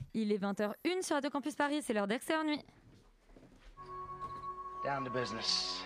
Il est 20h01 sur Radio Campus Paris, c'est l'heure d'Extérieur Nuit. Down to business.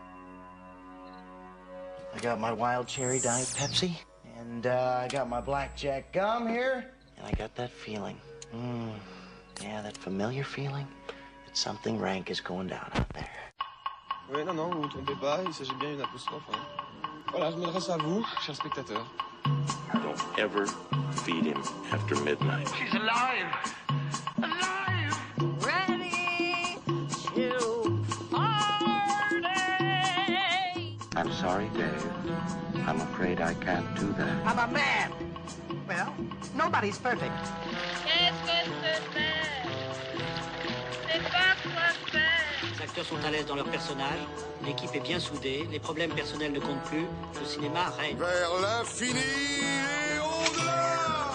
I got my wild cherry Diet Pepsi, and I got my blackjack gum here, and I got that feeling. Yeah, that familiar feeling that something rank is going down out there. Oui, non, vous vous trompez pas, il s'agit bien d'une apostrophe. Hein. Voilà, je m'adresse à vous, chers spectateurs. Don't ever feed him after midnight. She's alive! Alive! Ready to party! I'm sorry, Dave. I'm afraid I can't do that. I'm a man! Well, nobody's perfect. Qu'est-ce que c'est? C'est pas quoi faire. Les acteurs sont à l'aise dans leur personnage, l'équipe est bien soudée, les problèmes personnels ne comptent plus, le cinéma règne. Vers l'infini et au-delà!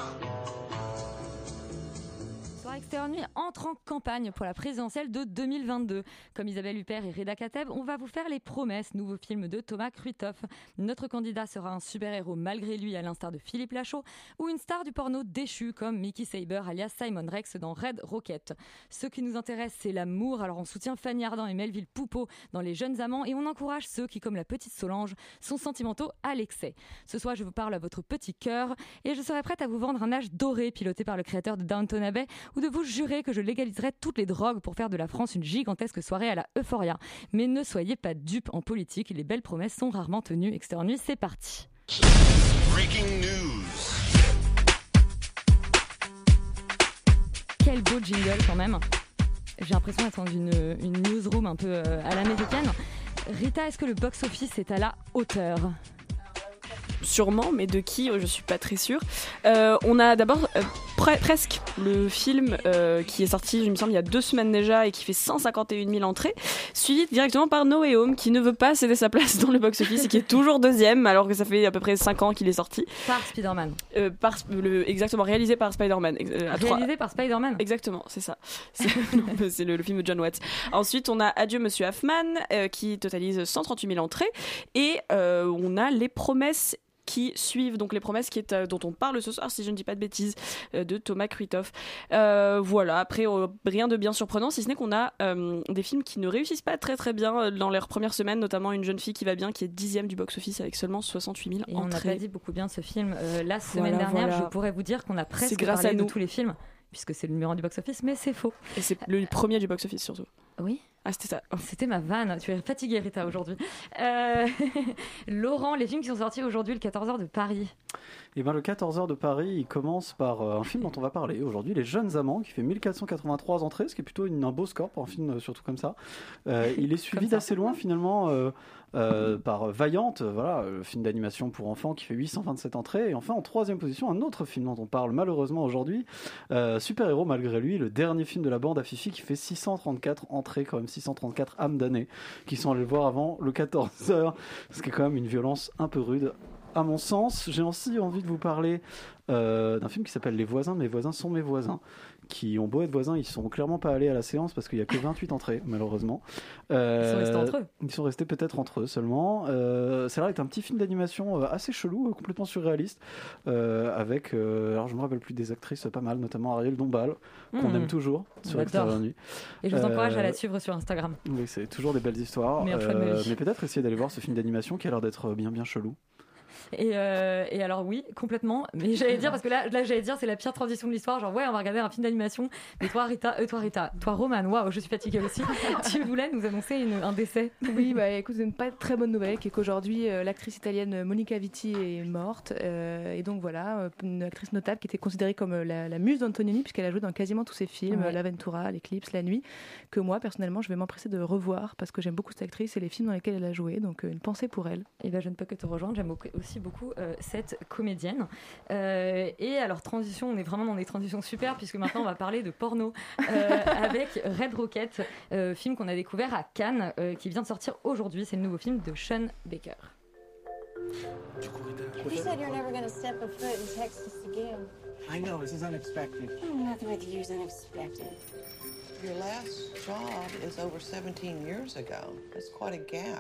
Extérieur Nuit entre en campagne pour la présidentielle de 2022. Comme Isabelle Huppert et Reda Kateb, on va vous faire Les Promesses, nouveau film de Thomas Kruithoff. Notre candidat sera un super-héros malgré lui, à l'instar de Philippe Lachaud, ou une star du porno déchu comme Mickey Saber alias Simon Rex dans Red Rocket. Ce qui nous intéresse, c'est l'amour, alors on soutient Fanny Ardant et Melville Poupeau dans Les Jeunes Amants et on encourage ceux qui, comme la petite Solange, sont sentimentaux à l'excès. Ce soir, je vous parle à votre petit cœur et je serai prête à vous vendre un âge doré piloté par le créateur de Downton Abbey ou de vous jurer que je légaliserai toutes les drogues pour faire de la France une gigantesque soirée à la Euphoria. Mais ne soyez pas dupes en politique, les belles promesses sont rarement tenues. Extérieur Nuit, c'est parti. Breaking news. Quel beau jingle quand même. J'ai l'impression d'être dans une newsroom un peu à l'américaine. Rita, est-ce que le box-office est à la hauteur ? Sûrement, mais de qui, je suis pas très sûre. On a d'abord presque le film qui est sorti, il me semble, il y a 2 semaines déjà et qui fait 151 000 entrées, suivi directement par No Way Home qui ne veut pas céder sa place dans le box-office et qui est toujours 2e alors que ça fait à peu près 5 ans qu'il est sorti. Par Spider-Man. Exactement, réalisé par Spider-Man. Réalisé par Spider-Man. Exactement, c'est ça. C'est le film de John Watts. Ensuite, on a Adieu Monsieur Hoffman qui totalise 138 000 entrées et on a Les Promesses qui suivent, donc Les Promesses dont on parle ce soir si je ne dis pas de bêtises, de Thomas Kruithoff. Voilà, après rien de bien surprenant si ce n'est qu'on a des films qui ne réussissent pas très très bien dans leurs premières semaines, notamment Une jeune fille qui va bien qui est 10e du box-office avec seulement 68 000 entrées. Et on n'a pas dit beaucoup bien de ce film. La semaine dernière, je pourrais vous dire qu'on a presque parlé de tous les films puisque c'est le numéro 1 du box-office, mais c'est faux. Et c'est le premier du box-office surtout. Oui. Ah, c'était ça. Oh. C'était ma vanne. Tu es fatiguée, Rita, aujourd'hui. Laurent, les films qui sont sortis aujourd'hui, le 14h de Paris. Et bien, le 14h de Paris, il commence par un film dont on va parler aujourd'hui, Les Jeunes Amants, qui fait 1483 entrées, ce qui est plutôt un beau score pour un film, surtout comme ça. Il est suivi d'assez loin, finalement, par Vaillante, voilà, le film d'animation pour enfants qui fait 827 entrées. Et enfin, en 3e position, un autre film dont on parle malheureusement aujourd'hui, Super Héros malgré lui, le dernier film de la bande à Fifi qui fait 634 entrées, quand même 634 âmes damnées qui sont allées le voir avant le 14h, ce qui est quand même une violence un peu rude à mon sens. J'ai aussi envie de vous parler d'un film qui s'appelle Les Voisins, mes voisins sont mes voisins, qui ont beau être voisins, ils sont clairement pas allés à la séance parce qu'il y a que 28 entrées malheureusement. Ils sont restés entre eux. Ils sont restés peut-être entre eux seulement. Ça a l'air d'être un petit film d'animation assez chelou, complètement surréaliste, avec, alors je me rappelle plus des actrices pas mal, notamment Ariel Dombal, qu'on aime toujours sur Extérieur Nuit. Et je vous encourage à la suivre sur Instagram. Oui, c'est toujours des belles histoires. Mais peut-être essayer d'aller voir ce film d'animation qui a l'air d'être bien bien chelou. Et alors oui, complètement. Mais j'allais dire, parce que là j'allais dire, c'est la pire transition de l'histoire. Genre ouais, on va regarder un film d'animation. Mais toi Rita, toi Roman, waouh, je suis fatiguée aussi. Tu voulais nous annoncer un décès? Oui, bah écoute, c'est une pas très bonne nouvelle, qui est qu'aujourd'hui l'actrice italienne Monica Vitti est morte. Et donc voilà, une actrice notable qui était considérée comme la muse d'Antonioni, puisqu'elle a joué dans quasiment tous ses films, ouais. L'Aventura, l'Eclipse, La Nuit, que moi personnellement je vais m'empresser de revoir parce que j'aime beaucoup cette actrice et les films dans lesquels elle a joué. Donc une pensée pour elle. Et ben je ne peux que te rejoindre. J'aime aussi beaucoup cette comédienne. Et alors transition, on est vraiment dans des transitions super puisque maintenant on va parler de porno avec Red Rocket, film qu'on a découvert à Cannes, qui vient de sortir aujourd'hui. C'est le nouveau film de Sean Baker. You said you're never going to step a foot in Texas again. I know, this is unexpected. Nothing with you is unexpected. Your last job is over 17 years ago. That's quite a gap.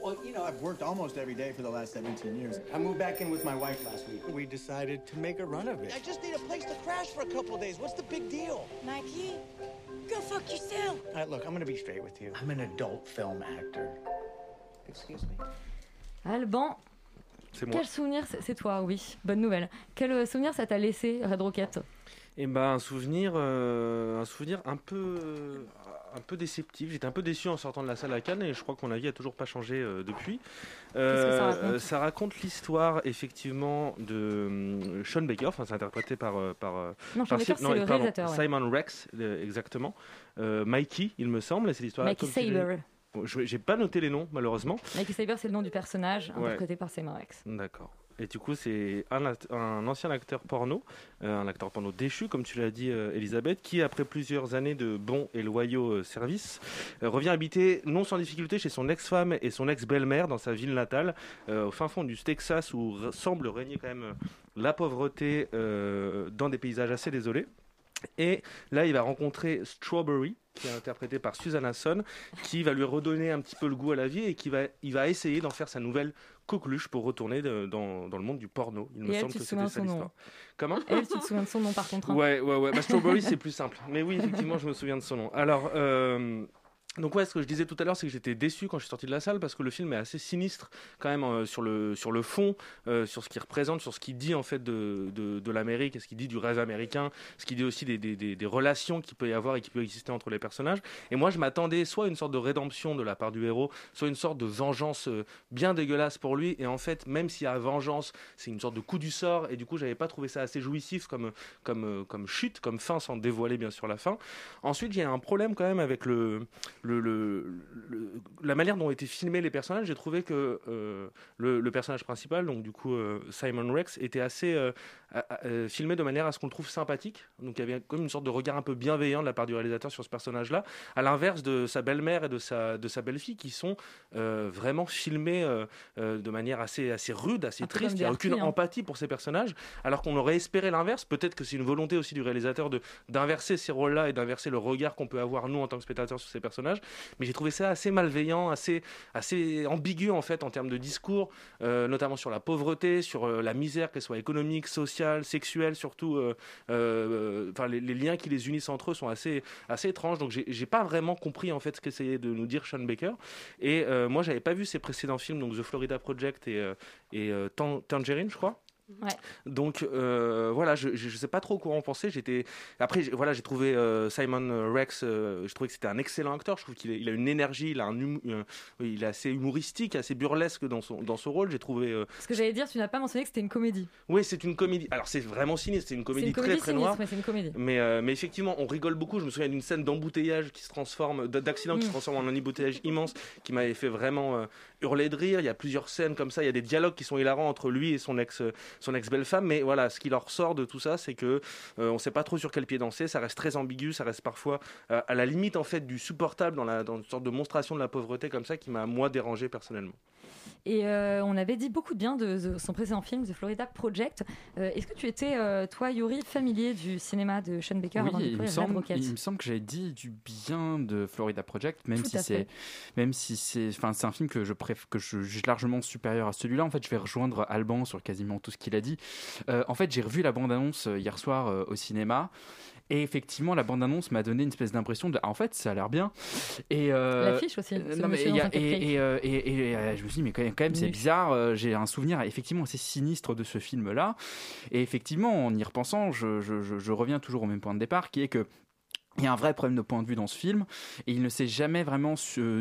Well, you know, I've worked almost every day for the last 17 years. I moved back in with my wife last week. We decided to make a run of it. I just need a place to crash for a couple of days. What's the big deal? Mikey, go fuck yourself. All right, look, I'm gonna be straight with you. I'm an adult film actor. Excuse me? Alban, C'est moi. quel souvenir, c'est toi, oui, bonne nouvelle. Quel souvenir ça t'a laissé, Red Rocket? Et ben un souvenir un peu déceptif. J'étais un peu déçu en sortant de la salle à Cannes et je crois que mon avis a toujours pas changé depuis. Qu'est-ce que ça raconte ? Ça raconte l'histoire effectivement de Sean Baker. Enfin, c'est interprété par Non, Sean Baker, c'est le réalisateur. Ouais. Simon Rex, exactement. Mikey, il me semble. C'est l'histoire. Mikey Saber. J'ai pas noté les noms malheureusement. Mikey Saber, c'est le nom du personnage interprété par Simon Rex. D'accord. Et du coup, c'est un ancien acteur porno, un acteur porno déchu, comme tu l'as dit, Elisabeth, qui, après plusieurs années de bons et loyaux services, revient habiter, non sans difficulté, chez son ex-femme et son ex-belle-mère dans sa ville natale, au fin fond du Texas, où semble régner quand même la pauvreté dans des paysages assez désolés. Et là, il va rencontrer Strawberry, qui est interprétée par Susanna Son, qui va lui redonner un petit peu le goût à la vie et il va essayer d'en faire sa nouvelle coqueluche pour retourner dans le monde du porno. Il me semble que c'était ça l'histoire. Comment ? Elle, tu te souviens de son nom par contre ? Ouais. Bah, Strawberry, c'est plus simple. Mais oui, effectivement, je me souviens de son nom. Alors, donc ouais, ce que je disais tout à l'heure, c'est que j'étais déçu quand je suis sorti de la salle parce que le film est assez sinistre quand même sur le fond, sur ce qu'il représente, sur ce qu'il dit en fait de l'Amérique, ce qu'il dit du rêve américain, ce qu'il dit aussi des relations qu'il peut y avoir et qui peut exister entre les personnages. Et moi, je m'attendais soit à une sorte de rédemption de la part du héros, soit une sorte de vengeance bien dégueulasse pour lui. Et en fait, même s'il y a vengeance, c'est une sorte de coup du sort. Et du coup, j'avais pas trouvé ça assez jouissif comme chute, comme fin, sans dévoiler bien sûr la fin. Ensuite, il y a un problème quand même avec la manière dont ont été filmés les personnages. J'ai trouvé que le personnage principal, donc du coup Simon Rex, était assez filmé de manière à ce qu'on le trouve sympathique. Donc il y avait comme une sorte de regard un peu bienveillant de la part du réalisateur sur ce personnage-là, à l'inverse de sa belle-mère et de sa belle-fille qui sont vraiment filmés de manière assez rude, assez triste. Il n'y a aucune empathie pour ces personnages, alors qu'on aurait espéré l'inverse. Peut-être que c'est une volonté aussi du réalisateur d'inverser ces rôles-là et d'inverser le regard qu'on peut avoir nous en tant que spectateurs sur ces personnages. Mais j'ai trouvé ça assez malveillant, assez ambigu en fait en termes de discours, notamment sur la pauvreté, sur la misère, qu'elle soit économique, sociale, sexuelle surtout. Les liens qui les unissent entre eux sont assez étranges. Donc j'ai pas vraiment compris en fait ce qu'essayait de nous dire Sean Baker. Et moi j'avais pas vu ses précédents films, donc The Florida Project et Tangerine, je crois. Ouais. Donc voilà, je sais pas trop quoi en penser. Après voilà, j'ai trouvé Simon Rex, je trouvais que c'était un excellent acteur. Je trouve qu'il a une énergie, il est assez humoristique, assez burlesque dans son rôle. J'ai trouvé. Ce que j'allais dire, tu n'as pas mentionné que c'était une comédie. Oui, c'est une comédie. Alors c'est vraiment sinistre, c'est une comédie très très noire. Mais c'est une comédie. Mais effectivement, on rigole beaucoup. Je me souviens d'une scène d'embouteillage d'accident qui se transforme en un embouteillage immense, qui m'avait fait vraiment hurler de rire. Il y a plusieurs scènes comme ça. Il y a des dialogues qui sont hilarants entre lui et son ex-belle-femme, mais voilà, ce qui leur sort de tout ça, c'est que on ne sait pas trop sur quel pied danser, ça reste très ambigu, ça reste parfois à la limite en fait du supportable dans une sorte de monstration de la pauvreté comme ça qui m'a moi dérangé personnellement. Et on avait dit beaucoup de bien de son précédent film, The Florida Project. Est-ce que tu étais, toi, Yuri, familier du cinéma de Sean Baker avant de découvrir Red Rocket ? Il me semble que j'avais dit du bien de Florida Project, même si c'est un film que je juge largement supérieur à celui-là. En fait, je vais rejoindre Alban sur quasiment tout ce qu'il a dit. En fait, j'ai revu la bande-annonce hier soir au cinéma. Et effectivement, la bande-annonce m'a donné une espèce d'impression de en fait, ça a l'air bien. Et l'affiche aussi. Je me suis dit, mais quand même, c'est bizarre. J'ai un souvenir effectivement assez sinistre de ce film-là. Et effectivement, en y repensant, je reviens toujours au même point de départ, qui est que il y a un vrai problème de point de vue dans ce film et on ne sait jamais vraiment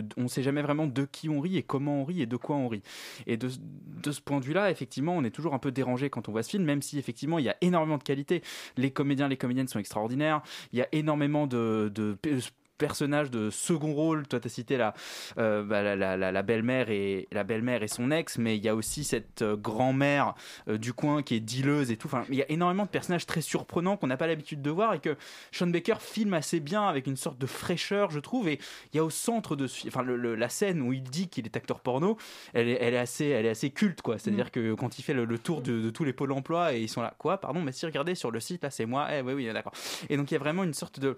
de qui on rit et comment on rit et de quoi on rit. Et de ce point de vue-là, effectivement, on est toujours un peu dérangé quand on voit ce film, même si effectivement il y a énormément de qualité. Les comédiens, les comédiennes sont extraordinaires. Il y a énormément de personnages de second rôle. Toi, tu as cité la belle-mère et son ex, mais il y a aussi cette grand-mère du coin qui est dealeuse et tout. Enfin, il y a énormément de personnages très surprenants qu'on n'a pas l'habitude de voir et que Sean Baker filme assez bien avec une sorte de fraîcheur, je trouve. Et il y a au centre de la scène où il dit qu'il est acteur porno, elle est assez culte, quoi. C'est-à-dire que quand il fait le tour de tous les pôles emploi et ils sont là, quoi, pardon, mais si regardez sur le site, là, c'est moi. Oui, d'accord. Et donc il y a vraiment une sorte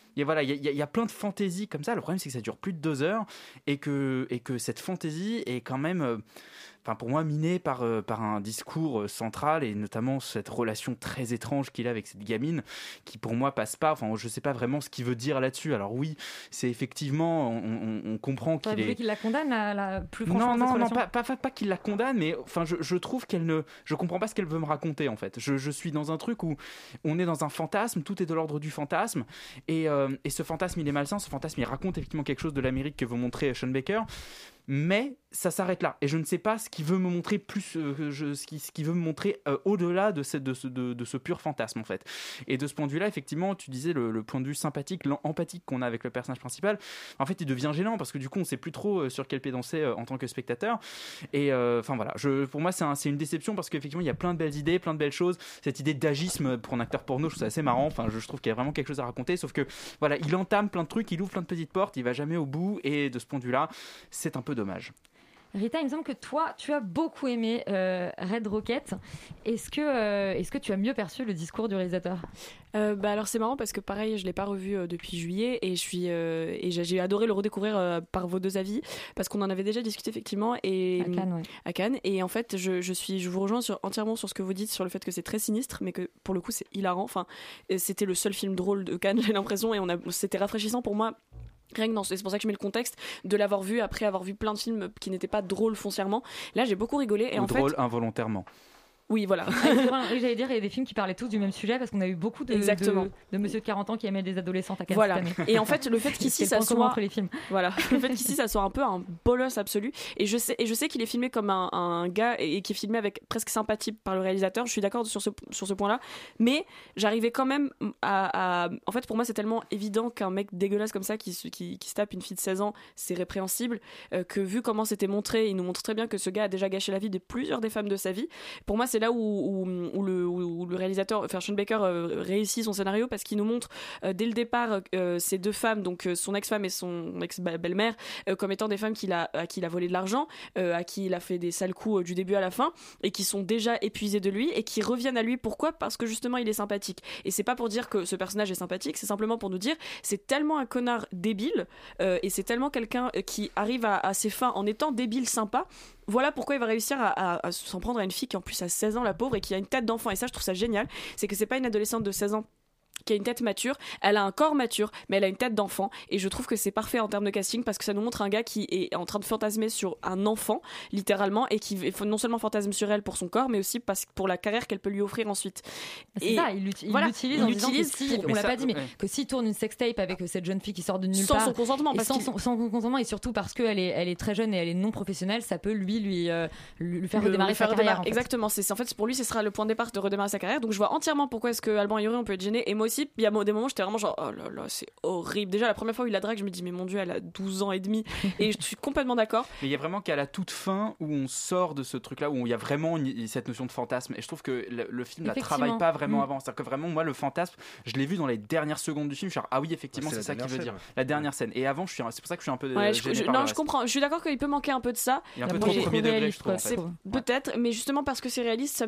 Et voilà, il y a plein de fantaisies comme ça. Le problème, c'est que ça dure plus de 2 heures et que cette fantaisie est quand même, pour moi, minée par un discours central et notamment cette relation très étrange qu'il a avec cette gamine qui, pour moi, passe pas. Enfin, je sais pas vraiment ce qu'il veut dire là-dessus. Alors oui, c'est effectivement, on comprend qu'il est... Vous voulez qu'il la condamne la plus franchement Non, pas qu'il la condamne, mais enfin, je trouve je comprends pas ce qu'elle veut me raconter en fait. Je suis dans un truc où on est dans un fantasme, tout est de l'ordre du fantasme, et ce fantasme il est malsain, ce fantasme il raconte effectivement quelque chose de l'Amérique que veut montrer Sean Baker, mais ça s'arrête là, et je ne sais pas ce qu'il veut me montrer plus, ce qu'il veut me montrer au-delà de ce pur fantasme en fait. Et de ce point de vue-là, effectivement, tu disais le point de vue sympathique, empathique qu'on a avec le personnage principal, en fait, il devient gênant parce que du coup, on sait plus trop sur quel pied danser en tant que spectateur. Et voilà, pour moi, c'est une déception parce qu'effectivement, il y a plein de belles idées, plein de belles choses. Cette idée d'agisme pour un acteur porno, je trouve ça assez marrant. Enfin, je trouve qu'il y a vraiment quelque chose à raconter, sauf que voilà, il entame plein de trucs, il ouvre plein de petites portes, il va jamais au bout, et de ce point de vue-là, c'est un peu dommage. Rita, il me semble que toi, tu as beaucoup aimé Red Rocket. Est-ce que tu as mieux perçu le discours du réalisateur ? Alors c'est marrant parce que pareil, je l'ai pas revu depuis juillet et j'ai adoré le redécouvrir par vos deux avis parce qu'on en avait déjà discuté effectivement à Cannes. Et en fait, je vous rejoins entièrement sur ce que vous dites sur le fait que c'est très sinistre, mais que pour le coup c'est hilarant. Enfin, c'était le seul film drôle de Cannes, j'ai l'impression, et c'était rafraîchissant pour moi. Rien que non, c'est pour ça que je mets le contexte de l'avoir vu après avoir vu plein de films qui n'étaient pas drôles foncièrement. Là, j'ai beaucoup rigolé. Et ou en drôle fait, involontairement. Oui, voilà. Oui, j'allais dire, il y a des films qui parlaient tous du même sujet parce qu'on a eu beaucoup de monsieur de 40 ans qui aimaient des adolescentes à Cannes cette année. Et en fait, le fait qu'ici ça soit les films. Voilà, le fait qu'ici ça soit un peu un bolos absolu. Et je sais qu'il est filmé comme un gars et qui est filmé avec presque sympathie par le réalisateur. Je suis d'accord sur ce point-là, mais j'arrivais quand même à en fait, pour moi, c'est tellement évident qu'un mec dégueulasse comme ça qui se tape une fille de 16 ans, c'est répréhensible. Que vu comment c'était montré, il nous montre très bien que ce gars a déjà gâché la vie de plusieurs des femmes de sa vie. Pour moi, c'est là où le réalisateur, enfin Sean Baker, réussit son scénario parce qu'il nous montre dès le départ ces deux femmes, donc son ex-femme et son ex-belle-mère, comme étant des femmes à qui il a volé de l'argent, à qui il a fait des sales coups du début à la fin, et qui sont déjà épuisées de lui et qui reviennent à lui. Pourquoi ? Parce que justement il est sympathique. Et c'est pas pour dire que ce personnage est sympathique, c'est simplement pour nous dire c'est tellement un connard débile et c'est tellement quelqu'un qui arrive à ses fins en étant débile sympa. Voilà pourquoi il va réussir à s'en prendre à une fille qui en plus a 16 ans, la pauvre, et qui a une tête d'enfant. Et ça, je trouve ça génial. C'est que c'est pas une adolescente de 16 ans qui a une tête mature, elle a un corps mature, mais elle a une tête d'enfant, et je trouve que c'est parfait en termes de casting parce que ça nous montre un gars qui est en train de fantasmer sur un enfant, littéralement, et qui non seulement fantasme sur elle pour son corps, mais aussi pour la carrière qu'elle peut lui offrir ensuite. C'est ça, il l'utilise en disant que si, on l'a pas dit, mais que s'il tourne une sextape avec cette jeune fille qui sort de nulle part, sans son consentement, sans son consentement, et surtout parce qu'elle est très jeune et elle est non professionnelle, ça peut lui faire redémarrer sa carrière. Exactement, en fait pour lui ce sera le point de départ de redémarrer sa carrière. Donc je vois entièrement pourquoi est-ce que Alban et Yuri on peut être gêné, et moi aussi. Il y a des moments où j'étais vraiment genre oh là là, c'est horrible. Déjà la première fois où il la drague, je me dis mais mon Dieu, elle a 12 ans et demi, et je suis complètement d'accord. Mais il y a vraiment qu'à la toute fin où on sort de ce truc là, où il y a vraiment cette notion de fantasme, et je trouve que le film la travaille pas vraiment avant. C'est-à-dire que vraiment moi le fantasme, je l'ai vu dans les dernières secondes du film, je suis genre ah oui effectivement c'est ça qu'il veut dire, la dernière scène. Et avant c'est pour ça que je suis un peu je comprends, je suis d'accord qu'il peut manquer un peu de ça. Il y a un peu trop premier degré, je trouve. Peut-être, mais justement parce que c'est réaliste,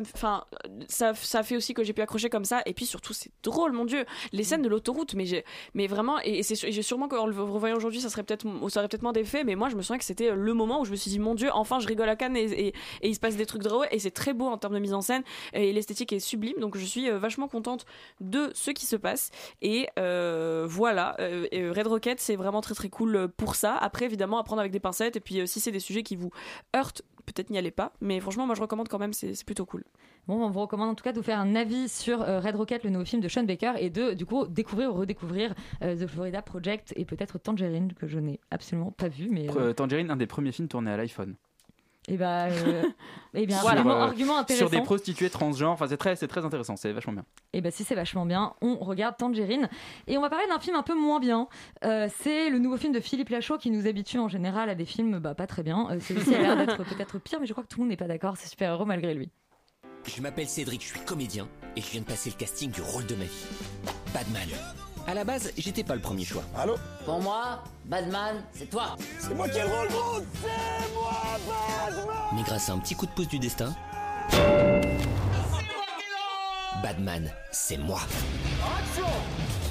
ça fait aussi que j'ai pu accrocher comme ça. Et puis surtout c'est drôle, mon Dieu, les scènes de l'autoroute, mais vraiment, et j'ai sûrement qu'en le revoyant aujourd'hui ça aurait peut-être moins d'effet, mais moi je me souviens que c'était le moment où je me suis dit mon Dieu, enfin je rigole à Cannes, et il se passe des trucs drôles, et c'est très beau en termes de mise en scène, et l'esthétique est sublime, donc je suis vachement contente de ce qui se passe. Et voilà, Red Rocket c'est vraiment très très cool pour ça. Après évidemment à prendre avec des pincettes, et puis si c'est des sujets qui vous heurtent, peut-être n'y allez pas, mais franchement moi je recommande quand même, c'est plutôt cool. Bon, on vous recommande en tout cas de vous faire un avis sur Red Rocket, le nouveau film de Sean Baker, et de du coup découvrir ou redécouvrir The Florida Project et peut-être Tangerine, que je n'ai absolument pas vu. Mais Tangerine, un des premiers films tournés à l'iPhone. Et bien voilà, argument intéressant. Sur des prostituées transgenres, enfin c'est très intéressant, c'est vachement bien. Et si c'est vachement bien, on regarde Tangerine. Et on va parler d'un film un peu moins bien. C'est le nouveau film de Philippe Lachaud qui nous habitue en général à des films pas très bien. Celui-ci a l'air d'être peut-être pire, mais je crois que tout le monde n'est pas d'accord. C'est super-héros malgré lui. Je m'appelle Cédric, je suis comédien et je viens de passer le casting du rôle de ma vie. Batman. À la base, j'étais pas le premier choix. Allô ? Pour moi, Batman, c'est toi. C'est moi qui ai le rôle, gros. C'est moi, Batman. Mais grâce à un petit coup de pouce du destin, Batman, c'est moi. Action !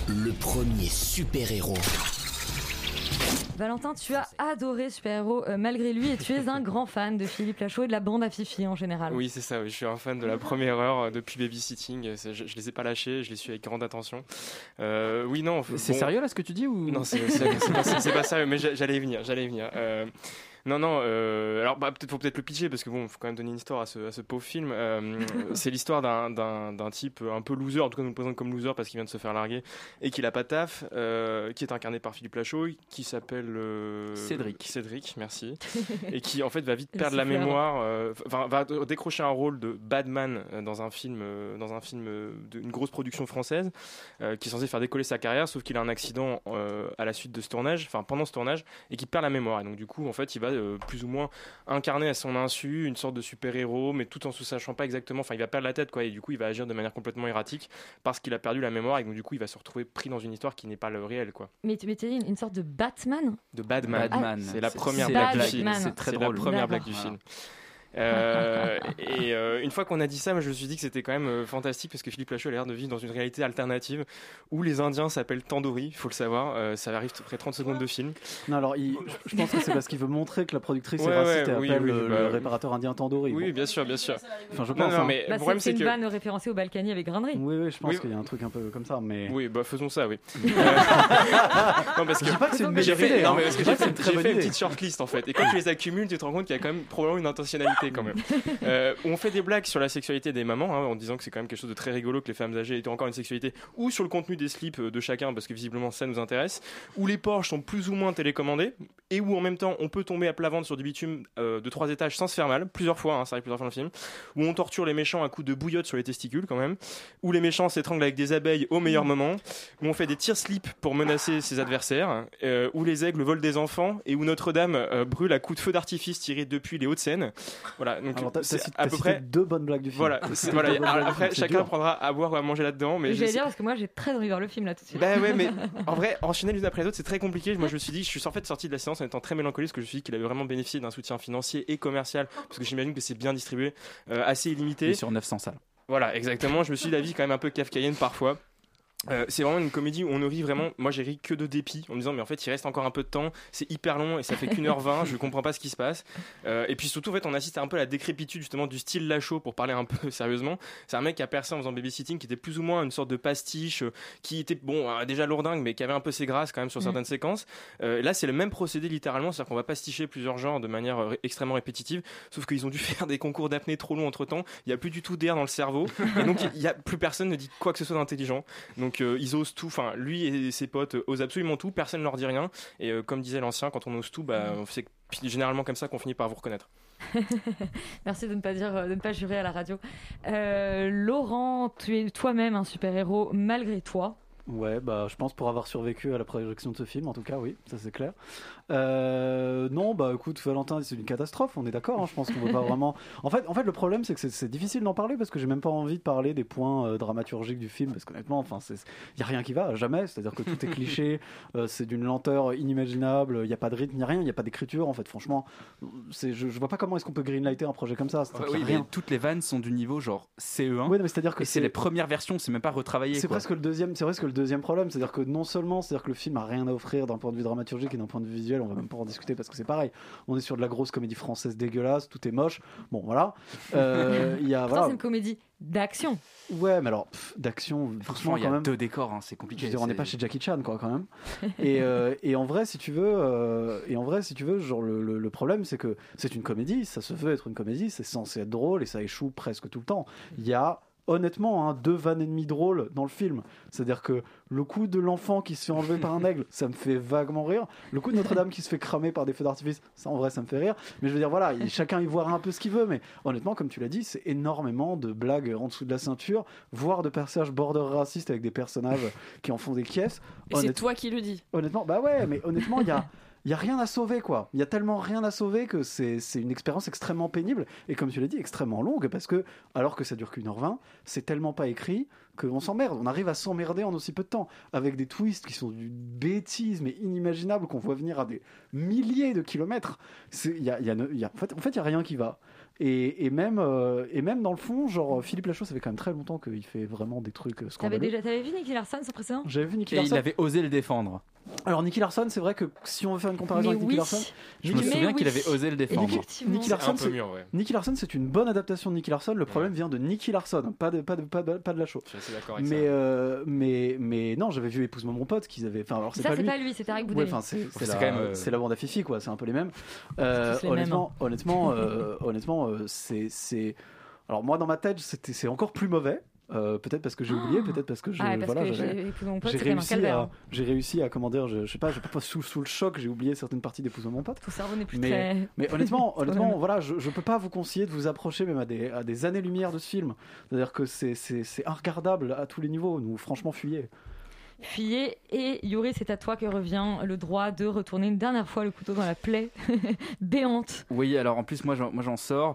Le premier super-héros. Valentin, tu as adoré Super-héros malgré lui et tu es un grand fan de Philippe Lachaud et de la bande à Fifi en général. Oui, c'est ça, oui. Je suis un fan de la première heure depuis Babysitting. Je les ai pas lâchés, je les suis avec grande attention. Oui, non. C'est sérieux là ce que tu dis ou... Non, c'est pas sérieux, mais j'allais y venir. Non, alors faut peut-être le pitcher parce que bon, faut quand même donner une histoire à ce pauvre film. C'est l'histoire d'un type un peu loser, en tout cas nous le présente comme loser parce qu'il vient de se faire larguer et qu'il a pas de taf, qui est incarné par Philippe Lachaud, qui s'appelle Cédric, merci, et qui en fait va vite perdre la mémoire, va décrocher un rôle de Badman dans un film d'une grosse production française, qui est censé faire décoller sa carrière, sauf qu'il a un accident à la suite de ce tournage, enfin pendant ce tournage, et qui perd la mémoire. Et donc du coup en fait il va plus ou moins incarner à son insu une sorte de super-héros, mais tout en se sachant pas exactement, enfin il va perdre la tête quoi, et du coup il va agir de manière complètement erratique parce qu'il a perdu la mémoire, et donc du coup il va se retrouver pris dans une histoire qui n'est pas le réel quoi. Mais tu m'étais dit une sorte de Batman. De Badman. C'est la première blague du film. C'est très drôle. La première blague du film. Et une fois qu'on a dit ça, moi je me suis dit que c'était quand même fantastique parce que Philippe Lachaud a l'air de vivre dans une réalité alternative où les Indiens s'appellent Tandoori, il faut le savoir. Ça arrive après 30 secondes de film. Non, alors je pense que c'est parce qu'il veut montrer que la productrice est raciste et appelle le réparateur indien Tandoori. Oui, bien sûr. Enfin, je pense. Mais le problème c'est une vanne référencée au Balkany avec Grainerie. Oui, je pense qu'il y a un truc un peu comme ça. Mais... Oui, faisons ça, oui. Non, parce que je dis pas que c'est une méga idée. Non, mais parce que j'ai fait une petite shortlist en fait. Et quand tu les accumules, tu te rends compte qu'il y a quand même probablement une intentionnalité. Quand même. On fait des blagues sur la sexualité des mamans, en disant que c'est quand même quelque chose de très rigolo que les femmes âgées aient encore une sexualité, ou sur le contenu des slips de chacun parce que visiblement ça nous intéresse, où les Porsche sont plus ou moins télécommandés et où en même temps on peut tomber à plat ventre sur du bitume de 3 étages sans se faire mal, plusieurs fois, ça arrive plusieurs fois dans le film, où on torture les méchants à coups de bouillotte sur les testicules quand même, où les méchants s'étranglent avec des abeilles au meilleur moment, où on fait des tirs slips pour menacer ses adversaires, où les aigles volent des enfants et où Notre-Dame brûle à coups de feu d'artifice tirés depuis les Hauts-de-Seine. Voilà, donc c'est à peu près 2 bonnes blagues du film. Voilà, après chacun prendra à boire ou à manger là-dedans. Mais je vais dire parce que moi j'ai très envie de voir le film là tout de suite. Bah ouais, mais en vrai, enchaîner l'une après l'autre, c'est très compliqué. Moi je me suis dit, je suis en fait sorti de la séance en étant très mélancolique parce que je me suis dit qu'il avait vraiment bénéficié d'un soutien financier et commercial parce que j'imagine que c'est bien distribué, assez illimité. Et sur 900 salles. Voilà, exactement. Je me suis dit la vie quand même un peu kafkaïenne parfois. C'est vraiment une comédie où on ne rit vraiment. Moi j'ai ri que de dépit en me disant mais en fait il reste encore un peu de temps, c'est hyper long et ça fait qu'1h20, je comprends pas ce qui se passe. Et puis surtout en fait on assiste un peu à la décrépitude justement du style Lachaud pour parler un peu sérieusement. C'est un mec qui a percé en faisant Babysitting, qui était plus ou moins une sorte de pastiche, qui était déjà lourdingue mais qui avait un peu ses grâces quand même sur certaines séquences. Là c'est le même procédé littéralement, c'est-à-dire qu'on va pasticher plusieurs genres de manière extrêmement répétitive, sauf qu'ils ont dû faire des concours d'apnée trop longs entre temps, il y a plus du tout d'air dans le cerveau et donc plus personne ne dit quoi que ce soit d'intelligent. Donc ils osent tout, enfin lui et ses potes osent absolument tout, personne ne leur dit rien et comme disait l'ancien, quand on ose tout, c'est généralement comme ça qu'on finit par vous reconnaître. Merci de ne pas jurer à la radio. Laurent, tu es toi-même un super-héros malgré toi. Ouais, je pense pour avoir survécu à la projection de ce film, en tout cas, oui, ça c'est clair. Non, écoute, Valentin, c'est une catastrophe, on est d'accord, je pense qu'on veut pas vraiment... En fait, le problème, c'est que c'est difficile d'en parler, parce que j'ai même pas envie de parler des points dramaturgiques du film, parce qu'honnêtement, y a rien qui va, jamais, c'est-à-dire que tout est cliché, c'est d'une lenteur inimaginable, il y a pas de rythme, il y a rien, il y a pas d'écriture, en fait, franchement, je vois pas comment est-ce qu'on peut greenlighter un projet comme ça. Oui, mais toutes les vannes sont du niveau genre CE1, ouais, mais c'est-à-dire que c'est les premières versions, c'est même pas retravaillé. C'est presque le deuxième problème, c'est-à-dire que non seulement que le film a rien à offrir d'un point de vue dramaturgique et d'un point de vue visuel, on va même pas en discuter parce que c'est pareil, on est sur de la grosse comédie française dégueulasse, tout est moche, bon voilà. C'est une comédie d'action. Ouais, mais alors d'action, franchement il y a 2 décors, c'est compliqué. Je veux dire, on n'est pas chez Jackie Chan quoi, quand même. Et en vrai si tu veux, genre le problème c'est que c'est une comédie, ça se veut être une comédie, c'est censé être drôle et ça échoue presque tout le temps. Il y a honnêtement 2 vannes et demie drôles dans le film, c'est-à-dire que le coup de l'enfant qui se fait enlever par un aigle, ça me fait vaguement rire, le coup de Notre-Dame qui se fait cramer par des feux d'artifice, ça en vrai ça me fait rire, mais je veux dire voilà, chacun y voit un peu ce qu'il veut, mais honnêtement comme tu l'as dit, c'est énormément de blagues en dessous de la ceinture, voire de personnages border racistes avec des personnages qui en font des caisses. Et c'est toi qui le dis. Honnêtement, mais honnêtement il y a rien à sauver quoi. Il y a tellement rien à sauver que c'est une expérience extrêmement pénible et comme tu l'as dit extrêmement longue parce que alors que ça dure qu'1h20, c'est tellement pas écrit qu'on s'emmerde. On arrive à s'emmerder en aussi peu de temps avec des twists qui sont d'une bêtise mais inimaginable qu'on voit venir à des milliers de kilomètres. En fait, il y a rien qui va. Et même dans le fond, genre Philippe Lachaud, ça fait quand même très longtemps qu'il fait vraiment des trucs scandaleux. T'avais vu Nicky Larson, son précédent? J'avais vu Nicky Et Larson. il avait osé le défendre. Alors Nicky Larson, c'est vrai que si on veut faire une comparaison avec Nicky Larson, je me souviens qu'il avait osé le défendre. Nicky Larson, un peu mieux, ouais. Nicky Larson, c'est une bonne adaptation de Nicky Larson. Le problème vient de Nicky Larson, pas de Lachaud. Je suis assez d'accord avec mais non, j'avais vu Épouse-moi mon pote qu'ils avaient. Enfin, alors c'est ça, pas c'est lui. pas lui, c'est Tarek Boudeli. Ouais, enfin, c'est quand même, la bande à Fifi, quoi. C'est un peu les mêmes. Honnêtement, c'est. Alors moi, dans ma tête, c'est encore plus mauvais. Peut-être parce que j'ai oublié, peut-être parce que j'ai réussi à comment dire, je sais pas sous le choc, j'ai oublié certaines parties d'Épouse-moi mon pote. Tout cerveau n'est plus mais honnêtement voilà, je peux pas vous conseiller de vous approcher même à des années-lumière de ce film. C'est-à-dire que c'est inregardable à tous les niveaux. Nous, franchement, fuyez. Et Yuri, c'est à toi que revient le droit de retourner une dernière fois le couteau dans la plaie béante. Oui, alors en plus moi j'en sors.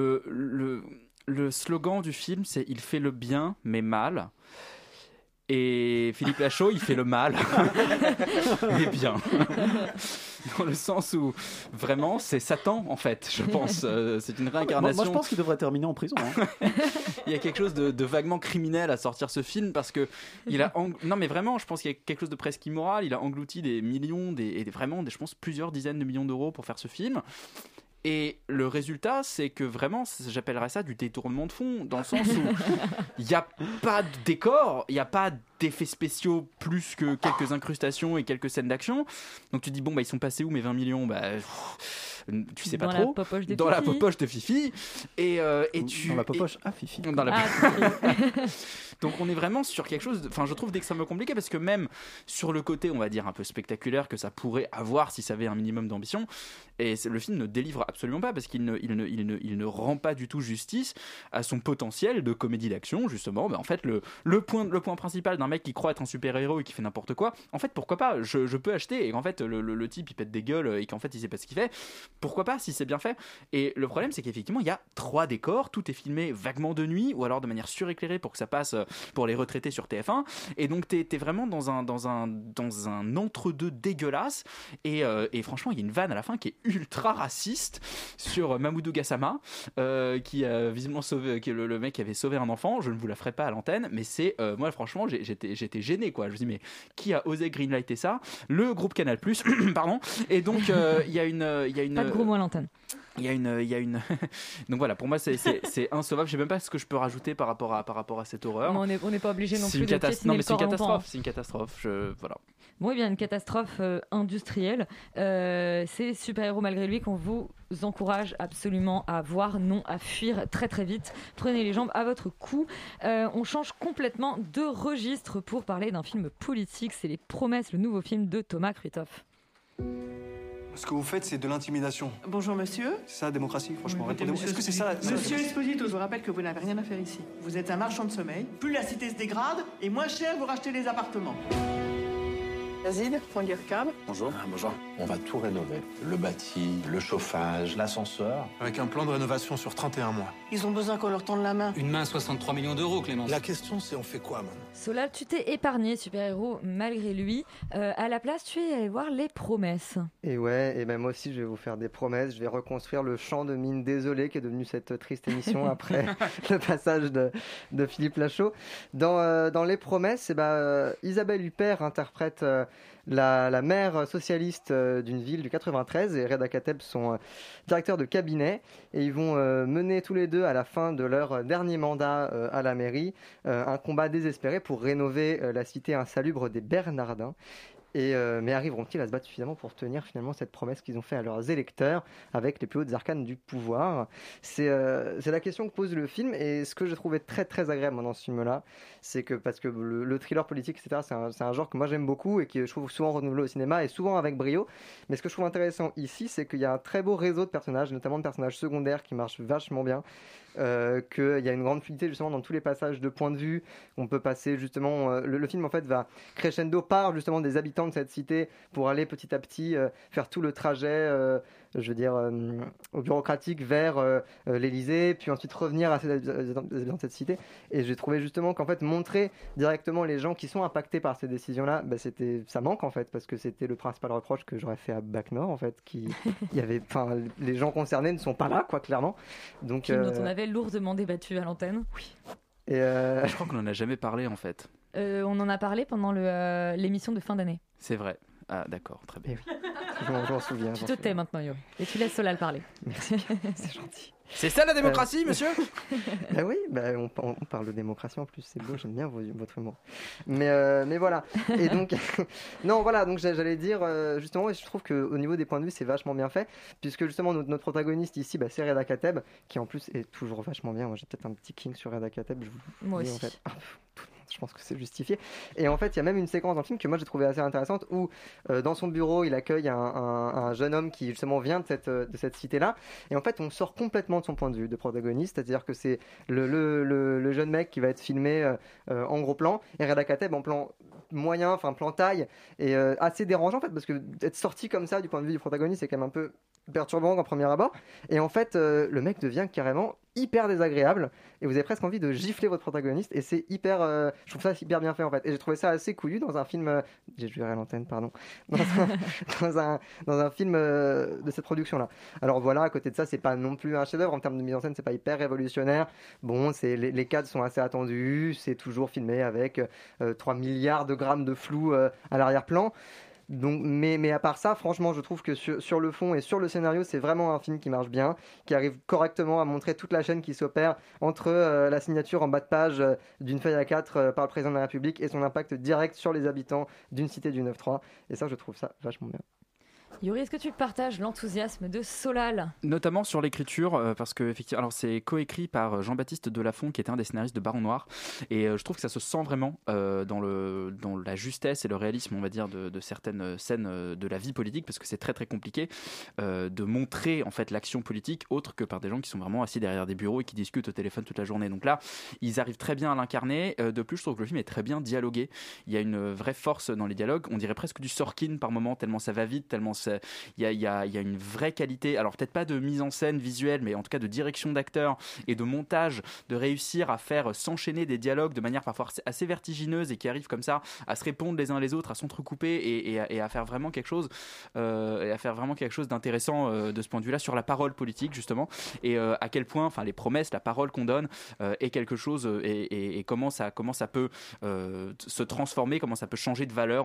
Le slogan du film, c'est « Il fait le bien, mais mal ». Et Philippe Lachaud, il fait le mal, mais bien. Dans le sens où, vraiment, c'est Satan, en fait, je pense. C'est une réincarnation. Moi, je pense qu'il devrait terminer en prison. Hein. Il y a quelque chose de vaguement criminel à sortir ce film, parce que non, mais vraiment, je pense qu'il y a quelque chose de presque immoral. Il a englouti des millions, je pense, plusieurs dizaines de millions d'euros pour faire ce film. Et le résultat, c'est que vraiment, j'appellerais ça du détournement de fond, dans le sens où il n'y a pas de décor, il n'y a pas d'effets spéciaux plus que quelques incrustations et quelques scènes d'action. Donc tu te dis, bon, ils sont passés où mes 20 millions ? Tu sais pas trop. Dans la popoche de Fifi. Dans la popoche à Fifi. Donc on est vraiment sur quelque chose, je trouve d'extrêmement compliqué, parce que même sur le côté, on va dire, un peu spectaculaire que ça pourrait avoir si ça avait un minimum d'ambition, et le film ne délivre absolument pas, parce qu'il ne rend pas du tout justice à son potentiel de comédie d'action, justement. En fait, le point principal d'un mec qui croit être un super-héros et qui fait n'importe quoi, en fait, pourquoi pas ? Je peux acheter, et qu'en fait, le type, il pète des gueules, et qu'en fait, il sait pas ce qu'il fait. Pourquoi pas, si c'est bien fait ? Et le problème, c'est qu'effectivement, il y a 3 décors, tout est filmé vaguement de nuit, ou alors de manière suréclairée pour que ça passe pour les retraités sur TF1, et donc t'es vraiment dans un entre-deux dégueulasse, et franchement, il y a une vanne à la fin qui est ultra raciste sur Mamoudou Gassama, qui a visiblement sauvé, qui est le mec qui avait sauvé un enfant. Je ne vous la ferai pas à l'antenne, mais c'est moi, franchement, j'étais gêné, quoi. Je me dis, mais qui a osé greenlighter ça ? Le groupe Canal+, pardon. Et donc il y a une pas de gros mots à l'antenne. Il y a une donc voilà, pour moi c'est insauvable. Je sais même pas ce que je peux rajouter par rapport à cette horreur. On n'est pas obligé non plus de piétiner non, mais le c'est une corps catastrophe. longtemps. C'est une catastrophe. Voilà. Bon, bien une catastrophe industrielle. C'est Super-héros malgré lui qu'on vous encourage absolument à voir, non à fuir très très vite. Prenez les jambes à votre cou. On change complètement de registre pour parler d'un film politique. C'est Les Promesses, le nouveau film de Thomas Kruitoff. Ce que vous faites, c'est de l'intimidation. Bonjour monsieur. C'est ça la démocratie, franchement. Oui, Répondez-moi. Est-ce que c'est ça Monsieur Esposito, je vous rappelle que vous n'avez rien à faire ici. Vous êtes un marchand de sommeil. Plus la cité se dégrade, et moins cher vous rachetez les appartements. Yazid, Fangirkab. Bonjour. Bonjour. On va tout rénover. Le bâti, le chauffage, l'ascenseur. Avec un plan de rénovation sur 31 mois. Ils ont besoin qu'on leur tende la main. Une main à 63 millions d'euros, Clémence. La question, c'est on fait quoi, man ? Solal, tu t'es épargné, super-héros malgré lui. À la place, tu es allé voir Les Promesses. Et ouais, et ben moi aussi, je vais vous faire des promesses. Je vais reconstruire le champ de mine désolé qui est devenu cette triste émission après le passage de Philippe Lachaud. Dans Les Promesses, Isabelle Huppert interprète la maire socialiste d'une ville du 93 et Reda Kateb, son directeur de cabinet. Et ils vont mener tous les deux à la fin de leur dernier mandat à la mairie un combat désespéré pour rénover la cité insalubre des Bernardins. Mais arriveront-ils à se battre suffisamment pour tenir finalement cette promesse qu'ils ont fait à leurs électeurs avec les plus hautes arcanes du pouvoir ? C'est la question que pose le film, et ce que je trouvais très très agréable dans ce film-là, c'est que parce que le thriller politique, etc., c'est un genre que moi j'aime beaucoup et que je trouve souvent renouvelé au cinéma et souvent avec brio. Mais ce que je trouve intéressant ici, c'est qu'il y a un très beau réseau de personnages, notamment de personnages secondaires qui marchent vachement bien. Qu'il y a une grande fluidité justement dans tous les passages de point de vue. On peut passer justement le film en fait va crescendo par justement des habitants de cette cité pour aller petit à petit faire tout le trajet je veux dire, au bureaucratique vers l'Élysée, puis ensuite revenir dans cette cité. Et j'ai trouvé justement qu'en fait, montrer directement les gens qui sont impactés par ces décisions-là, ça manque en fait, parce que c'était le principal reproche que j'aurais fait à Bac Nord, en fait, les gens concernés ne sont pas là, quoi, clairement. Donc, film dont on avait lourdement débattu à l'antenne. Oui. Et je crois qu'on n'en a jamais parlé en fait. On en a parlé pendant l'émission de fin d'année. C'est vrai. Ah d'accord, très bien. Je m'en souviens. Tu te tais maintenant, Yuri. Et tu laisses Solal parler. Merci, c'est gentil. C'est ça la démocratie, monsieur. Oui, on parle de démocratie en plus, c'est beau, j'aime bien votre humour. Mais voilà. Et donc, non, voilà, donc j'allais dire, justement, je trouve qu'au niveau des points de vue, c'est vachement bien fait, puisque justement, notre protagoniste ici, c'est Reda Kateb, qui en plus est toujours vachement bien. Moi, j'ai peut-être un petit king sur Reda Kateb. Moi aussi. En fait. Je pense que c'est justifié. Et en fait, il y a même une séquence dans le film que moi j'ai trouvé assez intéressante où dans son bureau, il accueille un jeune homme qui justement vient de cette cité-là. Et en fait, on sort complètement de son point de vue de protagoniste, c'est-à-dire que c'est le jeune mec qui va être filmé en gros plan et Reda Kateb en plan moyen, enfin plan taille, et assez dérangeant en fait, parce que être sorti comme ça du point de vue du protagoniste, c'est quand même un peu perturbant en premier abord. Et en fait, le mec devient carrément hyper désagréable et vous avez presque envie de gifler votre protagoniste et c'est hyper je trouve ça hyper bien fait en fait et j'ai trouvé ça assez couillu dans un film j'ai juré à l'antenne pardon dans un film de cette production là. Alors voilà, à côté de ça, c'est pas non plus un chef-d'œuvre en termes de mise en scène, c'est pas hyper révolutionnaire. Bon, c'est les cadres sont assez attendus, c'est toujours filmé avec 3 milliards de grammes de flou à l'arrière-plan. Donc, mais à part ça, franchement, je trouve que sur le fond et sur le scénario, c'est vraiment un film qui marche bien, qui arrive correctement à montrer toute la chaîne qui s'opère entre la signature en bas de page d'une feuille A4 par le président de la République et son impact direct sur les habitants d'une cité du 9-3. Et ça, je trouve ça vachement bien. Yuri, est-ce que tu partages l'enthousiasme de Solal ? Notamment sur l'écriture, parce que effectivement, alors c'est coécrit par Jean-Baptiste Delafont, qui était un des scénaristes de Baron Noir, et je trouve que ça se sent vraiment dans la justesse et le réalisme, on va dire, de certaines scènes de la vie politique, parce que c'est très très compliqué de montrer en fait l'action politique autre que par des gens qui sont vraiment assis derrière des bureaux et qui discutent au téléphone toute la journée. Donc là, ils arrivent très bien à l'incarner. De plus, je trouve que le film est très bien dialogué. Il y a une vraie force dans les dialogues. On dirait presque du Sorkin par moment, tellement ça va vite, tellement il y a une vraie qualité, alors peut-être pas de mise en scène visuelle, mais en tout cas de direction d'acteurs et de montage, de réussir à faire s'enchaîner des dialogues de manière parfois assez vertigineuse et qui arrivent comme ça à se répondre les uns les autres, à s'entrecouper et à faire vraiment quelque chose d'intéressant de ce point de vue-là sur la parole politique justement, et à quel point, enfin les promesses, la parole qu'on donne est quelque chose et comment ça peut se transformer, comment ça peut changer de valeur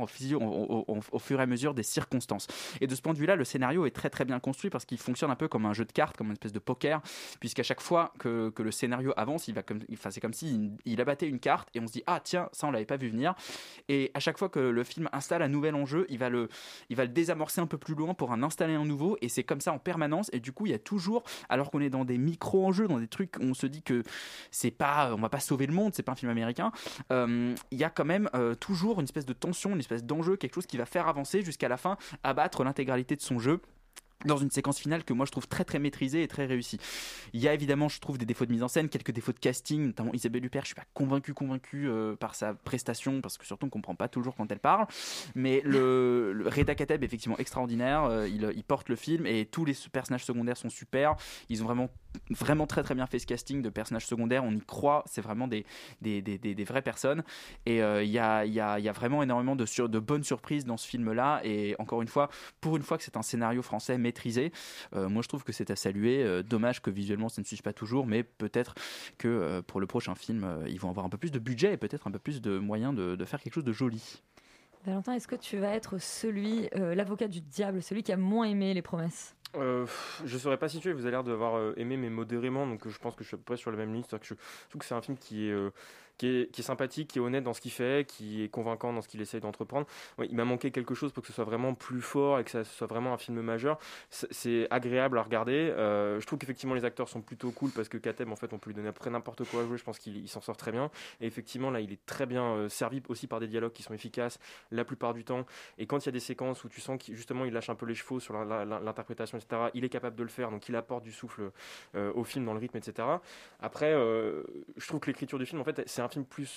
au fur et à mesure des circonstances. Et de ce point de vue-là, le scénario est très très bien construit parce qu'il fonctionne un peu comme un jeu de cartes, comme une espèce de poker, puisqu'à chaque fois que le scénario avance, c'est comme s'il abattait une carte et on se dit ah tiens, ça on l'avait pas vu venir. Et à chaque fois que le film installe un nouvel enjeu, il va le désamorcer un peu plus loin pour en installer un nouveau, et c'est comme ça en permanence. Et du coup, il y a toujours, alors qu'on est dans des micro-enjeux, dans des trucs où on se dit que on va pas sauver le monde, c'est pas un film américain, il y a quand même toujours une espèce de tension, une espèce d'enjeu, quelque chose qui va faire avancer jusqu'à la fin, abattre l'intégralité de son jeu dans une séquence finale que moi je trouve très très maîtrisée et très réussie. Il y a évidemment, je trouve, des défauts de mise en scène, quelques défauts de casting, notamment Isabelle Huppert. Je suis pas convaincu par sa prestation, parce que surtout on comprend pas toujours quand elle parle, mais le Reda Kateb est effectivement extraordinaire. Il porte le film et tous les personnages secondaires sont super. Ils ont vraiment très très bien fait ce casting de personnages secondaires, on y croit, c'est vraiment des vraies personnes, et il y a vraiment énormément de bonnes surprises dans ce film là, et encore une fois, pour une fois que c'est un scénario français maîtrisé, moi je trouve que c'est à saluer. Dommage que visuellement ça ne suive pas toujours, mais peut-être que pour le prochain film ils vont avoir un peu plus de budget et peut-être un peu plus de moyens de faire quelque chose de joli. Valentin, est-ce que tu vas être l'avocat du diable, celui qui a moins aimé Les Promesses ? Je saurais pas situer, vous avez l'air d'avoir aimé mais modérément, donc je pense que je suis à peu près sur la même ligne. Je trouve que c'est un film qui est sympathique, qui est honnête dans ce qu'il fait, qui est convaincant dans ce qu'il essaye d'entreprendre. Ouais, il m'a manqué quelque chose pour que ce soit vraiment plus fort et que ça soit vraiment un film majeur. C'est agréable à regarder. Je trouve qu'effectivement les acteurs sont plutôt cool, parce que Kateb, en fait, on peut lui donner après n'importe quoi à jouer. Je pense qu'il s'en sort très bien. Et effectivement, là, il est très bien servi aussi par des dialogues qui sont efficaces la plupart du temps. Et quand il y a des séquences où tu sens qu'il justement il lâche un peu les chevaux sur l'interprétation, etc., il est capable de le faire. Donc il apporte du souffle au film dans le rythme, etc. Après, je trouve que l'écriture du film, en fait, c'est un film plus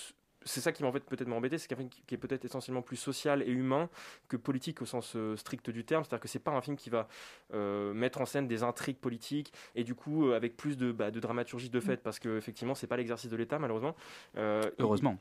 c'est ça qui m'a en fait peut-être m'embêter, c'est qu'un film qui est peut-être essentiellement plus social et humain que politique au sens strict du terme. C'est-à-dire que c'est pas un film qui va mettre en scène des intrigues politiques et du coup avec plus de dramaturgie de fait, parce que effectivement c'est pas l'exercice de l'État malheureusement. Heureusement.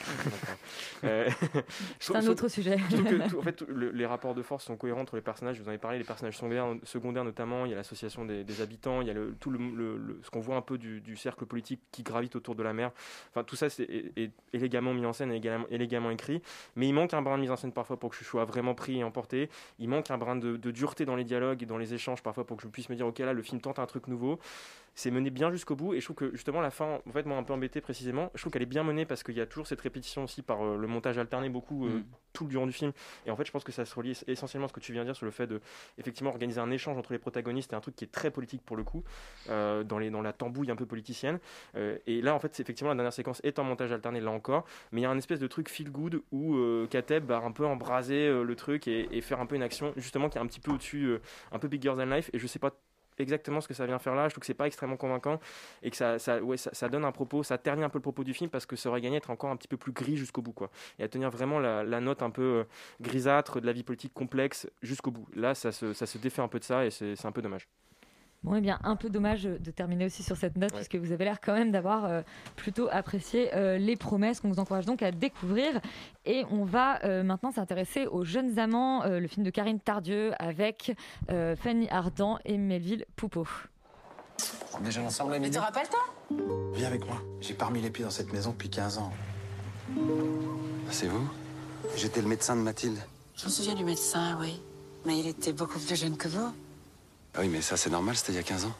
C'est un autre sujet. Je trouve que en fait, les rapports de force sont cohérents entre les personnages. Je vous en ai parlé, les personnages secondaires notamment. Il y a l'association des habitants, il y a ce qu'on voit un peu du cercle politique qui gravite autour de la mer. Enfin, tout ça est élégamment mis en scène et élégamment écrit. Mais il manque un brin de mise en scène parfois pour que je sois vraiment pris et emporté. Il manque un brin de dureté dans les dialogues et dans les échanges parfois pour que je puisse me dire ok, là le film tente un truc nouveau. C'est mené bien jusqu'au bout et je trouve que justement la fin, en fait, m'a un peu embêté précisément. Je trouve qu'elle est bien menée parce qu'il y a toujours cette répétition aussi par le montage alterné beaucoup tout le durant du film. Et en fait, je pense que ça se relie essentiellement à ce que tu viens de dire sur le fait de effectivement organiser un échange entre les protagonistes et un truc qui est très politique pour le coup, dans la tambouille un peu politicienne. Et là, en fait, effectivement, la dernière séquence est en montage alterné là encore, mais il y a un espèce de truc feel good où Kateb va un peu embraser le truc et faire un peu une action justement qui est un petit peu au-dessus, un peu bigger than life. Et je sais pas exactement ce que ça vient faire là. Je trouve que c'est pas extrêmement convaincant et que ça donne un propos, ça ternit un peu le propos du film parce que ça aurait gagné à être encore un petit peu plus gris jusqu'au bout, quoi, et à tenir vraiment la note un peu grisâtre de la vie politique complexe jusqu'au bout. Là ça se défait un peu de ça et c'est un peu dommage. Bon, eh bien, un peu dommage de terminer aussi sur cette note, puisque vous avez l'air quand même d'avoir plutôt apprécié Les Promesses, qu'on vous encourage donc à découvrir. Et on va maintenant s'intéresser aux Jeunes Amants, le film de Karine Tardieu avec Fanny Ardant et Melville Poupeau. Déjà ensemble à midi. Tu te rappelles, toi? Viens avec moi. J'ai pas remis les pieds dans cette maison depuis 15 ans. C'est vous? J'étais le médecin de Mathilde. Je me souviens du médecin, oui. Mais il était beaucoup plus jeune que vous. Ah oui, mais ça, c'est normal, c'était il y a 15 ans.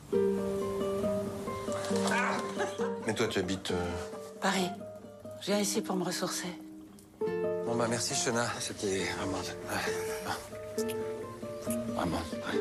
Mais toi, tu habites... Paris. Je viens ici pour me ressourcer. Bon, bah merci, Shona. C'était vraiment... Vraiment, ouais.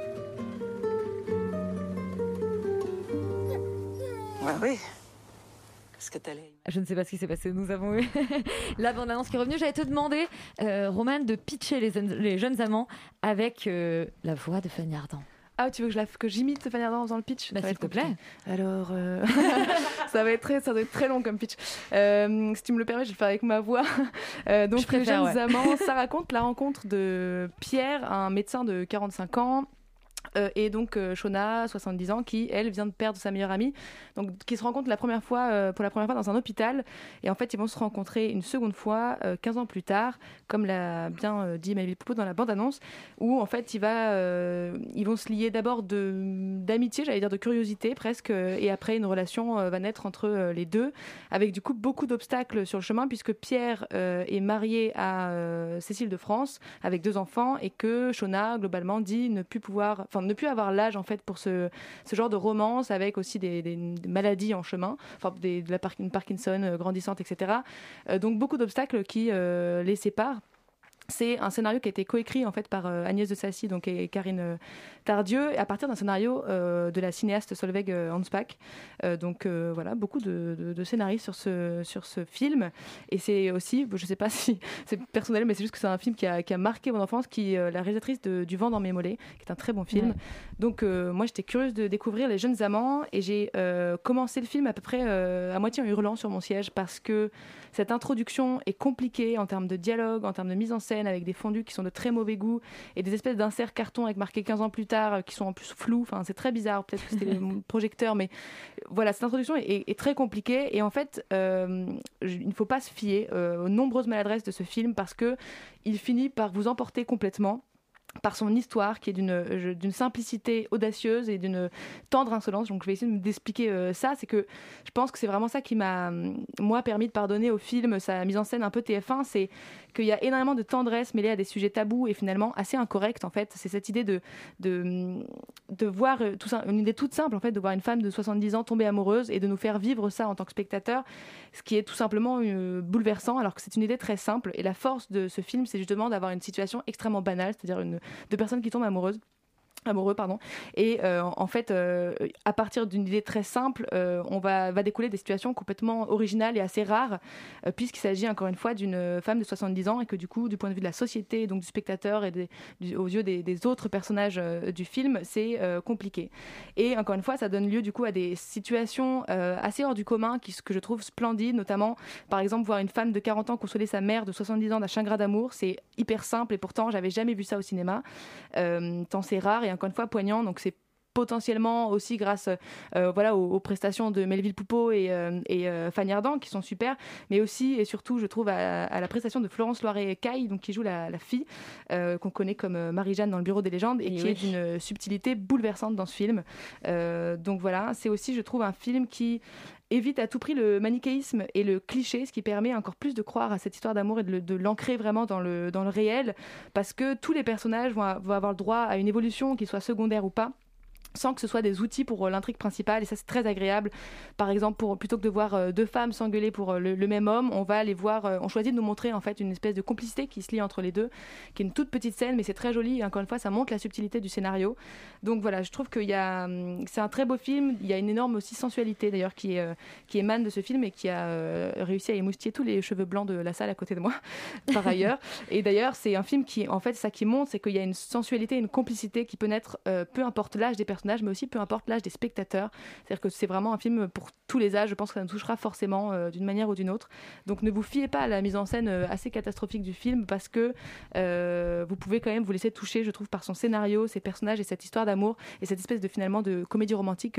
Ouais, oui. Qu'est-ce que t'allais... Je ne sais pas ce qui s'est passé. Nous avons eu la bande-annonce qui est revenue. J'allais te demander, Romane, de pitcher les Jeunes Amants avec la voix de Fanny Ardant. Ah, tu veux que j'imite Fanny Ardant en faisant le pitch? Bah, s'il te plaît. Alors, ça va être très long comme pitch. Si tu me le permets, je vais le faire avec ma voix. Donc, Les Jeunes Amants, ça raconte la rencontre de Pierre, un médecin de 45 ans, et donc Shona, 70 ans, qui elle vient de perdre sa meilleure amie, donc qui se rencontrent pour la première fois dans un hôpital, et en fait ils vont se rencontrer une seconde fois 15 ans plus tard, comme l'a bien dit Melville Poupeau dans la bande-annonce, où en fait ils vont se lier d'abord d'amitié, j'allais dire de curiosité presque, et après une relation va naître entre les deux, avec du coup beaucoup d'obstacles sur le chemin, puisque Pierre est marié à Cécile de France avec 2 enfants, et que Shona globalement dit ne plus avoir l'âge en fait pour ce genre de romance, avec aussi des maladies en chemin, une Parkinson grandissante, etc. Donc beaucoup d'obstacles qui les séparent. C'est un scénario qui a été coécrit en fait par Agnès de Sassy et Karine Tardieu, à partir d'un scénario de la cinéaste Solveig Hanspach. Donc voilà, beaucoup de scénaristes sur ce film. Et c'est aussi, je sais pas si c'est personnel, mais c'est juste que c'est un film qui a marqué mon enfance, la réalisatrice du Vent dans mes mollets, qui est un très bon film. Ouais. Donc moi j'étais curieuse de découvrir Les Jeunes Amants, et j'ai commencé le film à peu près à moitié en hurlant sur mon siège, parce que cette introduction est compliquée en termes de dialogue, en termes de mise en scène, avec des fondus qui sont de très mauvais goût et des espèces d'inserts carton avec marqué 15 ans plus tard qui sont en plus flous. Enfin, c'est très bizarre, peut-être que c'était le projecteur, mais voilà, cette introduction est très compliquée, et en fait il ne faut pas se fier aux nombreuses maladresses de ce film, parce qu'il finit par vous emporter complètement par son histoire qui est d'une simplicité audacieuse et d'une tendre insolence. Donc je vais essayer d'expliquer ça. C'est que je pense que c'est vraiment ça qui m'a, moi, permis de pardonner au film sa mise en scène un peu TF1. C'est qu'il y a énormément de tendresse mêlée à des sujets tabous et finalement assez incorrects, en fait. C'est cette idée de voir tout ça, une idée toute simple, en fait, de voir une femme de 70 ans tomber amoureuse et de nous faire vivre ça en tant que spectateur, ce qui est tout simplement bouleversant, alors que c'est une idée très simple. Et la force de ce film, c'est justement d'avoir une situation extrêmement banale, c'est-à-dire de personnes qui tombent amoureuses. amoureux, pardon. Et en fait, à partir d'une idée très simple, on va découler des situations complètement originales et assez rares, puisqu'il s'agit encore une fois d'une femme de 70 ans et que du coup, du point de vue de la société, donc du spectateur et aux yeux des autres personnages du film, c'est compliqué. Et encore une fois, ça donne lieu du coup à des situations assez hors du commun que je trouve splendides, notamment par exemple voir une femme de 40 ans consoler sa mère de 70 ans d'un chagrin d'amour. C'est hyper simple et pourtant j'avais jamais vu ça au cinéma, tant c'est rare et encore une fois poignant, donc c'est potentiellement aussi grâce aux prestations de Melville Poupeau et Fanny Ardant qui sont super, mais aussi et surtout je trouve à la prestation de Florence Loiret-Caille, donc qui joue la fille qu'on connaît comme Marie-Jeanne dans Le Bureau des légendes et qui est d'une subtilité bouleversante dans ce film. Donc voilà, c'est aussi je trouve un film qui évite à tout prix le manichéisme et le cliché, ce qui permet encore plus de croire à cette histoire d'amour et de l'ancrer vraiment dans le réel, parce que tous les personnages vont avoir le droit à une évolution, qu'ils soient secondaires ou pas, sans que ce soit des outils pour l'intrigue principale, et ça c'est très agréable. Par exemple, plutôt que de voir deux femmes s'engueuler pour le même homme, on va les voir, on choisit de nous montrer en fait une espèce de complicité qui se lie entre les deux, qui est une toute petite scène, mais c'est très joli, et encore une fois ça montre la subtilité du scénario. Donc voilà, je trouve que c'est un très beau film, il y a une énorme aussi sensualité d'ailleurs qui émane de ce film et qui a réussi à émoustiller tous les cheveux blancs de la salle à côté de moi, par ailleurs. Et d'ailleurs c'est un film qui, en fait, ça qui montre, c'est qu'il y a une sensualité, une complicité qui peut naître peu importe l'âge des personnages, mais aussi peu importe l'âge des spectateurs. C'est-à-dire que c'est vraiment un film pour tous les âges. Je pense que ça nous touchera forcément d'une manière ou d'une autre. Donc ne vous fiez pas à la mise en scène assez catastrophique du film, parce que vous pouvez quand même vous laisser toucher, je trouve, par son scénario, ses personnages et cette histoire d'amour et cette espèce de comédie romantique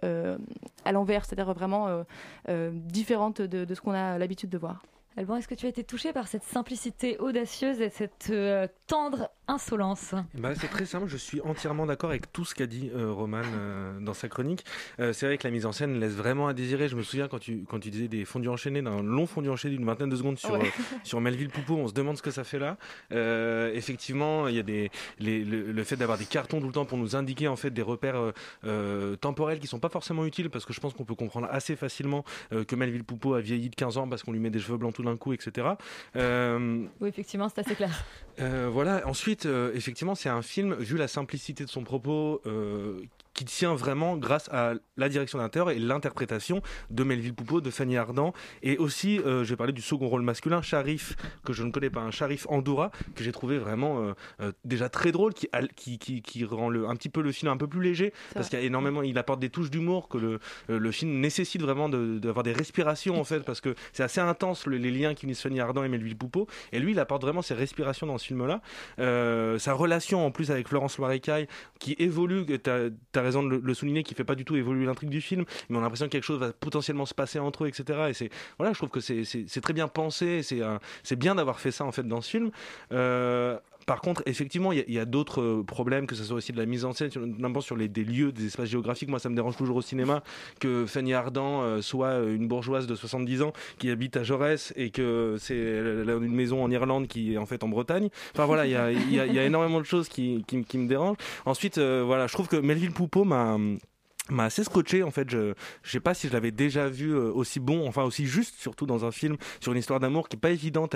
à l'envers, c'est-à-dire vraiment différente de ce qu'on a l'habitude de voir. Alban, est-ce que tu as été touché par cette simplicité audacieuse et cette tendre insolence ? C'est très simple, je suis entièrement d'accord avec tout ce qu'a dit Roman dans sa chronique. C'est vrai que la mise en scène laisse vraiment à désirer. Je me souviens quand tu disais des fondus enchaînés, d'un long fondu enchaîné d'une vingtaine de secondes sur Melville Poupeau, on se demande ce que ça fait là. Effectivement, il y a le fait d'avoir des cartons tout le temps pour nous indiquer en fait des repères temporels qui sont pas forcément utiles, parce que je pense qu'on peut comprendre assez facilement que Melville Poupeau a vieilli de 15 ans parce qu'on lui met des cheveux blancs tout d'un coup, etc. Oui, effectivement, c'est assez clair. Voilà. Ensuite, effectivement, c'est un film, vu la simplicité de son propos, qui tient vraiment grâce à la direction d'acteur et l'interprétation de Melville Poupeau, de Fanny Ardant, et aussi, je vais parler du second rôle masculin, Sharif, que je ne connais pas, un Sharif Andoura, que j'ai trouvé vraiment déjà très drôle, qui rend un petit peu le film un peu plus léger, parce qu'il y a énormément, il apporte des touches d'humour que le film nécessite vraiment d'avoir des respirations en fait, parce que c'est assez intense les liens qui unissent Fanny Ardant et Melville Poupeau, et lui il apporte vraiment ses respirations dans ce film-là. Sa relation en plus avec Florence Loiret-Caille, qui évolue, t'as raison de le souligner, qui fait pas du tout évoluer l'intrigue du film, mais on a l'impression que quelque chose va potentiellement se passer entre eux, etc. Et je trouve que c'est très bien pensé, c'est bien d'avoir fait ça en fait dans ce film. Par contre, effectivement, il y a d'autres problèmes, que ce soit aussi de la mise en scène, notamment sur des lieux, des espaces géographiques. Moi, ça me dérange toujours au cinéma que Fanny Ardant soit une bourgeoise de 70 ans qui habite à Jaurès et que c'est une maison en Irlande qui est en fait en Bretagne. Enfin voilà, il y a énormément de choses qui me dérangent. Ensuite, je trouve que Melville Poupeau m'a assez scotché en fait. Je sais pas si je l'avais déjà vu aussi bon, enfin aussi juste, surtout dans un film sur une histoire d'amour qui est pas évidente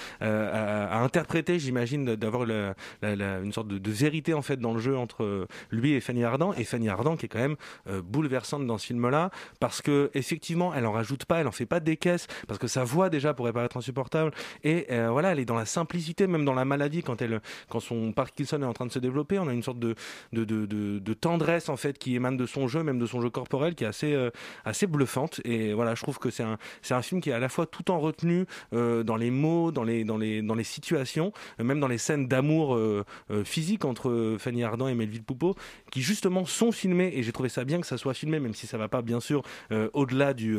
à interpréter, j'imagine, d'avoir une sorte de vérité en fait dans le jeu entre lui et Fanny Ardant qui est quand même bouleversante dans ce film-là, parce que effectivement elle en rajoute pas, elle en fait pas des caisses, parce que sa voix déjà pourrait paraître insupportable, et elle est dans la simplicité, même dans la maladie, quand son Parkinson est en train de se développer, on a une sorte de tendresse en fait qui émane de son jeu, même de son jeu corporel, qui est assez bluffante. Et voilà, je trouve que c'est un film qui est à la fois tout en retenue dans les mots, dans les situations, même dans les scènes d'amour physique entre Fanny Ardant et Melville Poupeau, qui justement sont filmées, et j'ai trouvé ça bien que ça soit filmé, même si ça va pas bien sûr au-delà du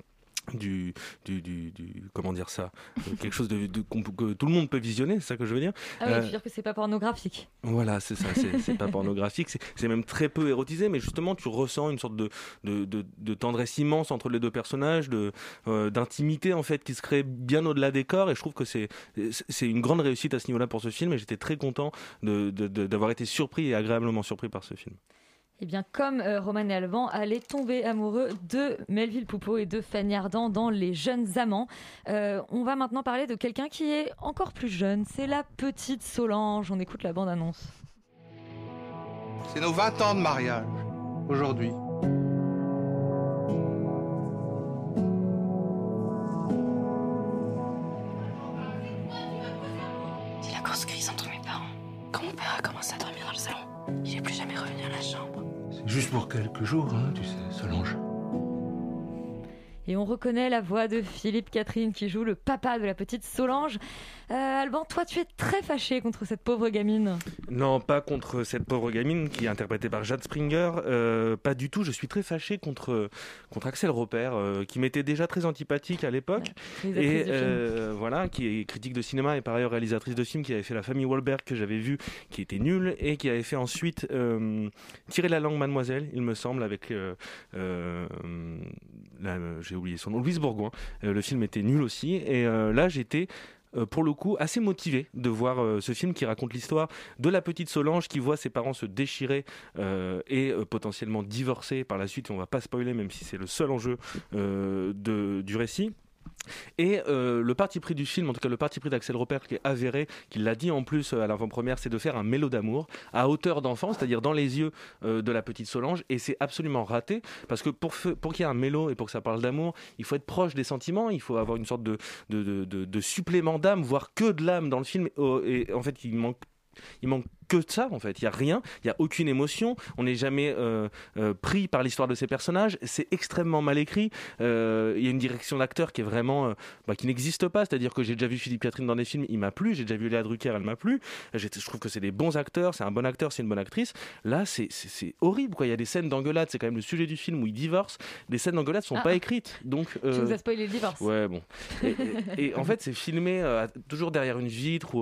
comment dire ça, quelque chose que tout le monde peut visionner, c'est ça que je veux dire. Ah oui, je veux dire que c'est pas pornographique. Voilà, c'est ça, c'est pas pornographique, c'est même très peu érotisé, mais justement tu ressens une sorte de tendresse immense entre les deux personnages, d'intimité en fait qui se crée bien au-delà des corps, et je trouve que c'est une grande réussite à ce niveau-là pour ce film, et j'étais très content d'avoir été surpris et agréablement surpris par ce film. Eh bien, comme Roman et Alban allaient tomber amoureux de Melville Poupeau et de Fanny Ardant dans Les Jeunes Amants, on va maintenant parler de quelqu'un qui est encore plus jeune. C'est la petite Solange. On écoute la bande-annonce. C'est nos 20 ans de mariage, aujourd'hui. C'est la grosse crise entre mes parents. Quand mon père a commencé à dormir dans le salon, il est plus jamais revenu à la chambre. C'est juste pour quelques jours, hein, tu sais, Solange. Et on reconnaît la voix de Philippe Catherine qui joue le papa de la petite Solange. Alban, toi, tu es très fâché contre cette pauvre gamine. Non, pas contre cette pauvre gamine qui est interprétée par Jade Springer. Pas du tout. Je suis très fâché contre Axel Repère, qui m'était déjà très antipathique à l'époque. Et voilà, qui est critique de cinéma et par ailleurs réalisatrice de films, qui avait fait La Famille Wahlberg que j'avais vu, qui était nul, et qui avait fait ensuite Tirer la langue, mademoiselle, il me semble, avec j'ai oublié son nom, Louise Bourgoin. Le film était nul aussi. Et là, j'étais pour le coup assez motivé de voir ce film qui raconte l'histoire de la petite Solange qui voit ses parents se déchirer et potentiellement divorcer par la suite. On va pas spoiler, même si c'est le seul enjeu du récit. Et le parti pris du film, en tout cas le parti pris d'Axel Repère, qui est avéré, qui l'a dit en plus à l'avant-première, c'est de faire un mélo d'amour à hauteur d'enfant, c'est-à-dire dans les yeux de la petite Solange, et c'est absolument raté, parce que pour qu'il y ait un mélo et pour que ça parle d'amour, il faut être proche des sentiments, il faut avoir une sorte de supplément d'âme, voire que de l'âme dans le film, et en fait il manque que de ça, en fait. Il n'y a rien, il n'y a aucune émotion, on n'est jamais pris par l'histoire de ces personnages, c'est extrêmement mal écrit, il y a une direction d'acteur qui est vraiment qui n'existe pas, c'est-à-dire que j'ai déjà vu Philippe Catherine dans des films, il m'a plu, j'ai déjà vu Léa Drucker, elle m'a plu, je trouve que c'est des bons acteurs, c'est un bon acteur, c'est une bonne actrice. Là c'est horrible, quoi. Il y a des scènes d'engueulade, c'est quand même le sujet du film où ils divorcent, les scènes d'engueulade sont pas écrites, donc tu nous as spoilé le divorce. Ouais, bon, et en fait c'est filmé toujours derrière une vitre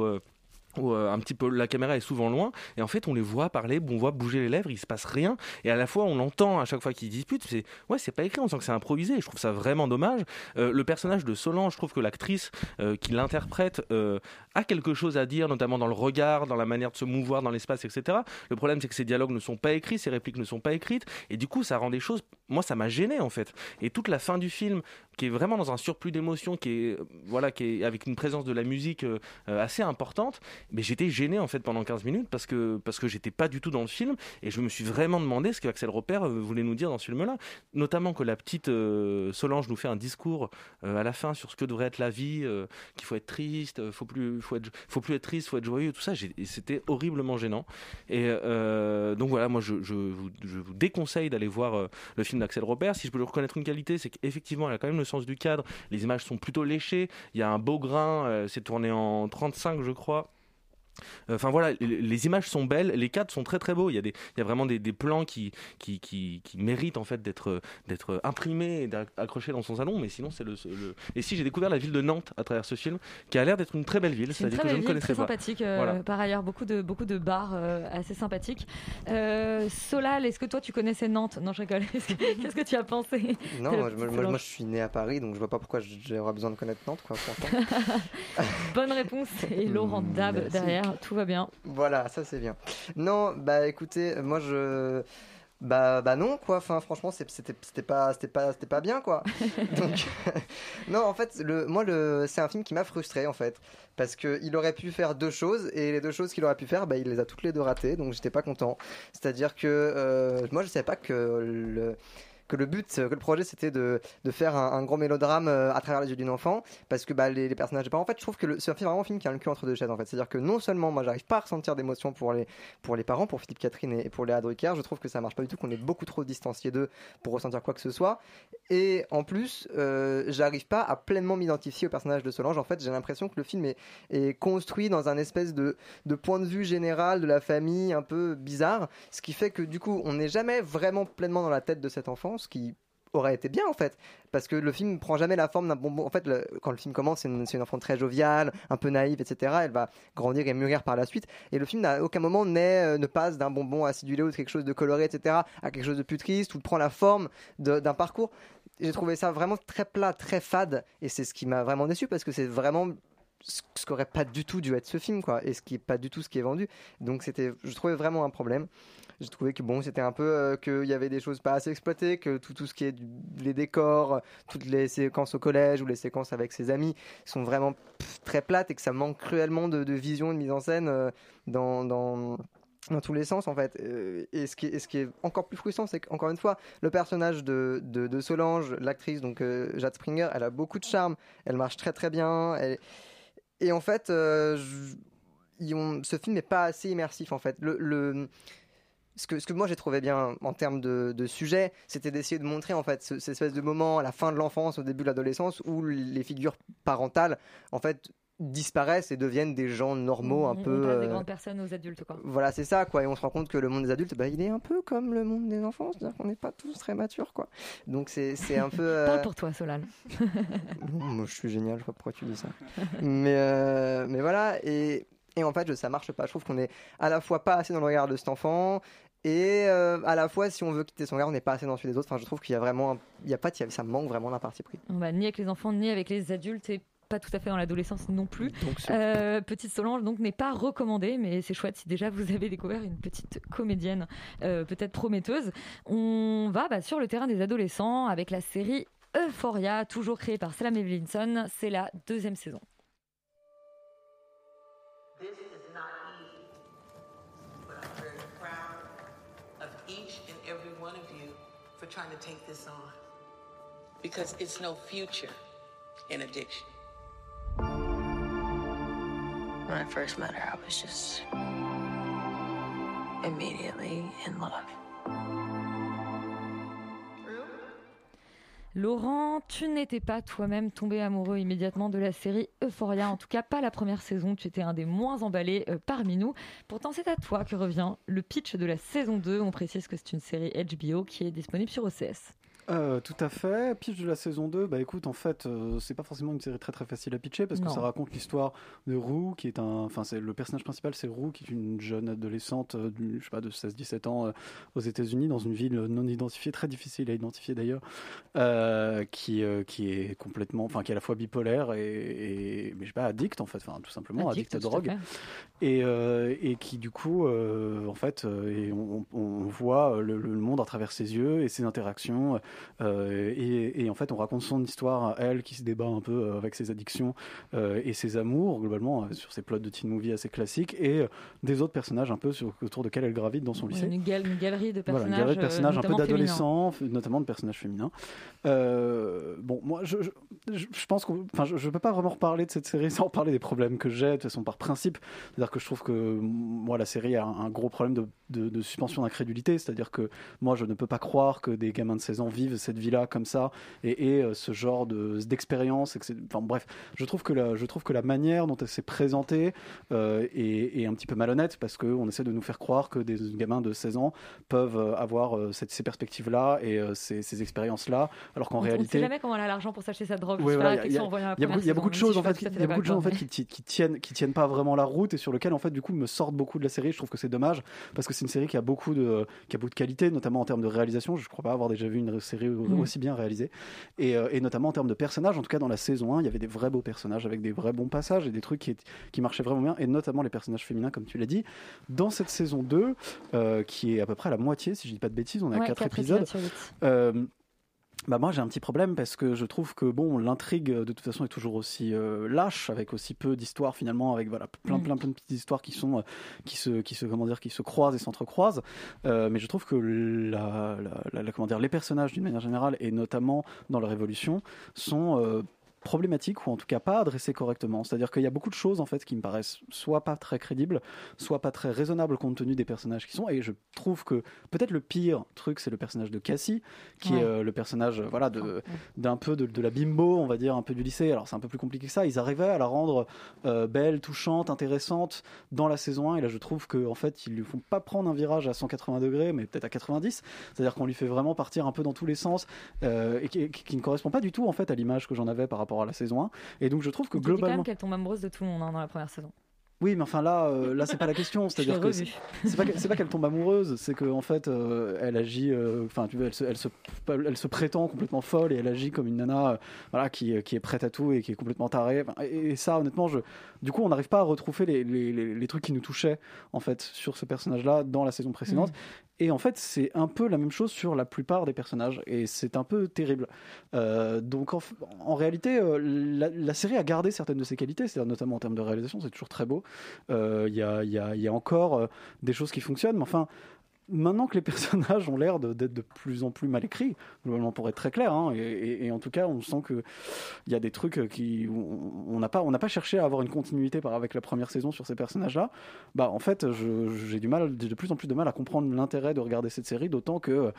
où un petit peu la caméra est souvent loin et en fait on les voit parler, on voit bouger les lèvres, il se passe rien et à la fois on entend à chaque fois qu'ils disputent, c'est pas écrit, on sent que c'est improvisé et je trouve ça vraiment dommage. Le personnage de Solange, je trouve que l'actrice qui l'interprète a quelque chose à dire, notamment dans le regard, dans la manière de se mouvoir dans l'espace, etc. Le problème c'est que ces dialogues ne sont pas écrits, ces répliques ne sont pas écrites et du coup ça rend des choses, moi ça m'a gêné en fait, et toute la fin du film qui est vraiment dans un surplus d'émotions, qui est avec une présence de la musique assez importante, mais j'étais gêné en fait pendant 15 minutes parce que j'étais pas du tout dans le film et je me suis vraiment demandé ce que Axel Repère voulait nous dire dans ce film-là, notamment que la petite Solange nous fait un discours à la fin sur ce que devrait être la vie, qu'il faut être triste, faut plus être triste, faut être joyeux, tout ça, et c'était horriblement gênant. Et donc voilà, moi je vous déconseille d'aller voir le film d'Axel Repère. Si je peux lui reconnaître une qualité, c'est qu'effectivement elle a quand même le sens du cadre, les images sont plutôt léchées, il y a un beau grain, c'est tourné en 35 je crois. Enfin voilà, les images sont belles, les cadres sont très très beaux. Il y a vraiment des plans qui méritent en fait d'être imprimés et accrochés dans son salon. Mais sinon c'est le. Et si j'ai découvert la ville de Nantes à travers ce film, qui a l'air d'être une très belle ville, c'est-à-dire que je ne connaissais pas. Très sympathique. Voilà. Par ailleurs, beaucoup de bars assez sympathiques. Solal, est-ce que toi tu connaissais Nantes? Non, je rigole. Qu'est-ce que tu as pensé? Non, moi je suis né à Paris, donc je vois pas pourquoi j'aurais besoin de connaître Nantes, quoi. Bonne réponse. Et Laurent Dab derrière. Tout va bien. Voilà, ça c'est bien. Non, écoutez, moi non quoi. Enfin franchement c'était pas bien quoi. Donc non en fait c'est un film qui m'a frustré en fait parce que il aurait pu faire deux choses et les deux choses qu'il aurait pu faire il les a toutes les deux ratées, donc j'étais pas content. C'est-à-dire que moi je savais pas que le projet c'était de faire un gros mélodrame à travers les yeux d'une enfant, parce que les personnages des parents, en fait je trouve que c'est vraiment un film qui a le cul entre deux chaises en fait. C'est à dire que non seulement moi j'arrive pas à ressentir d'émotion pour les parents, pour Philippe Catherine et pour Léa Drucker, je trouve que ça marche pas du tout, qu'on est beaucoup trop distanciés d'eux pour ressentir quoi que ce soit, et en plus j'arrive pas à pleinement m'identifier au personnage de Solange. En fait j'ai l'impression que le film est construit dans un espèce de point de vue général de la famille un peu bizarre, ce qui fait que du coup on n'est jamais vraiment pleinement dans la tête de cet enfant, ce qui aurait été bien en fait, parce que le film ne prend jamais la forme d'un bonbon. En fait quand le film commence, c'est une enfant très joviale, un peu naïve, etc. Elle va grandir et mûrir par la suite, et le film à aucun moment ne passe d'un bonbon acidulé ou de quelque chose de coloré, etc. à quelque chose de plus triste, ou prend la forme d'un parcours. J'ai trouvé ça vraiment très plat, très fade, et c'est ce qui m'a vraiment déçu, parce que c'est vraiment ce qu'aurait pas du tout dû être ce film, quoi, et ce qui est pas du tout ce qui est vendu. Donc je trouvais vraiment un problème. J'ai trouvé que c'était un peu qu'il y avait des choses pas assez exploitées, que tout ce qui est les décors, toutes les séquences au collège ou les séquences avec ses amis sont vraiment très plates, et que ça manque cruellement de vision, de mise en scène dans dans tous les sens en fait. Et ce qui est encore plus frustrant, c'est qu'encore une fois, le personnage de Solange, l'actrice donc Jade Springer, elle a beaucoup de charme, elle marche très très bien. Et en fait, ce film n'est pas assez immersif en fait. Ce que moi j'ai trouvé bien en termes de sujet, c'était d'essayer de montrer en fait cette espèce de moment à la fin de l'enfance, au début de l'adolescence, où les figures parentales en fait disparaissent et deviennent des gens normaux un peu. On passe des grandes personnes aux adultes quoi. Voilà, c'est ça quoi. Et on se rend compte que le monde des adultes, il est un peu comme le monde des enfants, c'est-à-dire qu'on n'est pas tous très matures quoi. Donc c'est un peu. Parle pour toi, Solal. Non, moi je suis génial, je sais pas pourquoi tu dis ça. mais voilà et en fait ça marche pas. Je trouve qu'on est à la fois pas assez dans le regard de cet enfant. Et à la fois, si on veut quitter son regard, on n'est pas assez dans celui des autres. Enfin, je trouve qu'il y a vraiment, ça manque vraiment d'un parti pris. Ni avec les enfants, ni avec les adultes, et pas tout à fait dans l'adolescence non plus. Petite Solange donc n'est pas recommandée, mais c'est chouette si déjà vous avez découvert une petite comédienne peut-être prometteuse. On va sur le terrain des adolescents avec la série Euphoria, toujours créée par Sam Levinson. C'est la 2e saison. Each and every one of you for trying to take this on, because it's no future in addiction. When I first met her, I was just immediately in love. Laurent, tu n'étais pas toi-même tombé amoureux immédiatement de la série Euphoria, en tout cas pas la première saison, tu étais un des moins emballés parmi nous. Pourtant c'est à toi que revient le pitch de la saison 2, on précise que c'est une série HBO qui est disponible sur OCS. Tout à fait. Pitch de la saison 2, écoute, en fait, c'est pas forcément une série très très facile à pitcher parce que ça raconte l'histoire de Rue, qui est le personnage principal, c'est Rue, qui est une jeune adolescente, de 16-17 ans aux États-Unis, dans une ville non identifiée, très difficile à identifier d'ailleurs, qui est complètement, qui est à la fois bipolaire et addict en fait, tout simplement addict à drogue, et qui du coup, en fait, on voit le monde à travers ses yeux et ses interactions. Et en fait on raconte son histoire à elle qui se débat un peu avec ses addictions et ses amours globalement sur ses plots de teen movie assez classiques et des autres personnages un peu autour desquels elle gravite dans son lycée. Une galerie de personnages, une galerie de personnages un peu d'adolescents, féminins. notamment de personnages féminins. Moi je pense que je peux pas vraiment reparler de cette série sans reparler des problèmes que j'ai de toute façon par principe. C'est-à-dire que je trouve que moi la série a un gros problème de suspension d'incrédulité, c'est-à-dire que moi je ne peux pas croire que des gamins de 16 ans vivent cette vie-là comme ça et ce genre d'expérience. Bref, je trouve que la manière dont elle s'est présentée est un petit peu malhonnête parce qu'on essaie de nous faire croire que des gamins de 16 ans peuvent avoir ces perspectives-là et ces expériences-là, alors qu'en réalité... On ne sait jamais comment elle a l'argent pour s'acheter sa drogue. Il y a beaucoup de choses en fait qui tiennent pas vraiment la route et sur lesquelles en fait du coup me sortent beaucoup de la série. Je trouve que c'est dommage parce que c'est une série qui a beaucoup de qualité, notamment en termes de réalisation. Je crois pas avoir déjà vu une série aussi bien réalisée et notamment en termes de personnages. En tout cas dans la saison 1 il y avait des vrais beaux personnages avec des vrais bons passages et des trucs qui marchaient vraiment bien, et notamment les personnages féminins comme tu l'as dit. Dans cette saison 2 qui est à peu près à la moitié si je dis pas de bêtises, on a 4 épisodes. Moi j'ai un petit problème parce que je trouve que l'intrigue de toute façon est toujours aussi lâche, avec aussi peu d'histoires finalement, avec plein de petites histoires qui se croisent et s'entrecroisent, mais je trouve que les personnages d'une manière générale et notamment dans leur évolution sont problématiques ou en tout cas pas adressées correctement. C'est-à-dire qu'il y a beaucoup de choses en fait qui me paraissent soit pas très crédibles, soit pas très raisonnables compte tenu des personnages qui sont, et je trouve que peut-être le pire truc c'est le personnage de Cassie qui est le personnage d'un peu de la bimbo, on va dire, un peu du lycée. Alors c'est un peu plus compliqué que ça, ils arrivaient à la rendre belle, touchante, intéressante dans la saison 1, et là je trouve qu'en fait ils lui font pas prendre un virage à 180 degrés mais peut-être à 90, c'est-à-dire qu'on lui fait vraiment partir un peu dans tous les sens et qui ne correspond pas du tout en fait à l'image que j'en avais par rapport à la saison 1, et donc je trouve que globalement... quand même qu'elle tombe amoureuse de tout le monde dans la première saison. Oui, mais enfin là c'est pas la question. C'est-à-dire que c'est pas qu'elle tombe amoureuse, c'est que en fait elle agit, elle se prétend complètement folle et elle agit comme une nana, qui est prête à tout et qui est complètement tarée. Et ça, honnêtement, du coup, on n'arrive pas à retrouver les trucs qui nous touchaient en fait sur ce personnage-là dans la saison précédente. Et en fait, c'est un peu la même chose sur la plupart des personnages, et c'est un peu terrible. Donc, en réalité, la série a gardé certaines de ses qualités, c'est-à-dire notamment en termes de réalisation, c'est toujours très beau. Il y a encore des choses qui fonctionnent, mais enfin. Maintenant que les personnages ont l'air d'être de plus en plus mal écrits, globalement pour être très clair, hein, et en tout cas on sent qu'il y a des trucs on n'a pas cherché à avoir une continuité avec la première saison sur ces personnages-là. En fait, j'ai de plus en plus de mal à comprendre l'intérêt de regarder cette série, d'autant que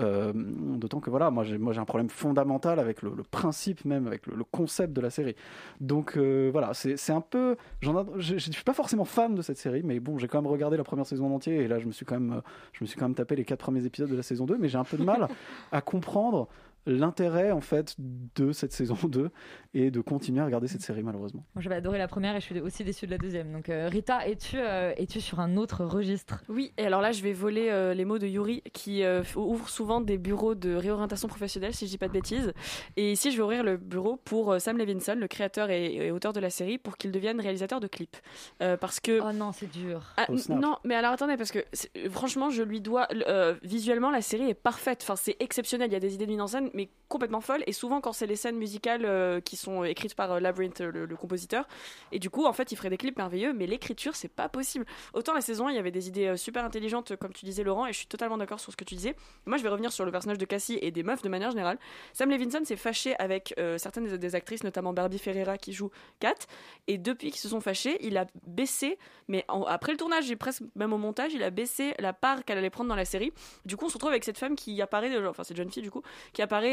voilà, moi j'ai un problème fondamental avec le principe même, avec le concept de la série. Donc voilà, c'est un peu, je suis pas forcément fan de cette série, mais bon, j'ai quand même regardé la première saison en entier, et là je me suis quand même tapé les 4 premiers épisodes de la saison 2, mais j'ai un peu de mal à comprendre l'intérêt en fait de cette saison 2 et de continuer à regarder cette série, malheureusement. Moi j'avais adoré la première et je suis aussi déçue de la deuxième. Donc Rita, es-tu sur un autre registre? Oui, et alors là je vais voler les mots de Yuri qui ouvre souvent des bureaux de réorientation professionnelle, si je dis pas de bêtises, et ici je vais ouvrir le bureau pour Sam Levinson, le créateur et auteur de la série, pour qu'il devienne réalisateur de clips, parce que... Oh non, c'est dur. Non, mais alors attendez, parce que franchement je lui dois visuellement la série est parfaite, enfin c'est exceptionnel, il y a des idées de mise en scène mais complètement folles, et souvent quand c'est les scènes musicales qui sont écrites par Labyrinth, le compositeur, et du coup en fait il ferait des clips merveilleux, mais l'écriture c'est pas possible. Autant la saison 1 il y avait des idées super intelligentes comme tu disais Laurent, et je suis totalement d'accord sur ce que tu disais. Moi je vais revenir sur le personnage de Cassie et des meufs de manière générale. Sam Levinson s'est fâché avec certaines des actrices, notamment Barbie Ferreira qui joue Kat, et depuis qu'ils se sont fâchés il a baissé, mais après le tournage et presque même au montage, il a baissé la part qu'elle allait prendre dans la série. Du coup on se retrouve avec cette femme qui apparaît, enfin cette jeune fille du coup, qui apparaît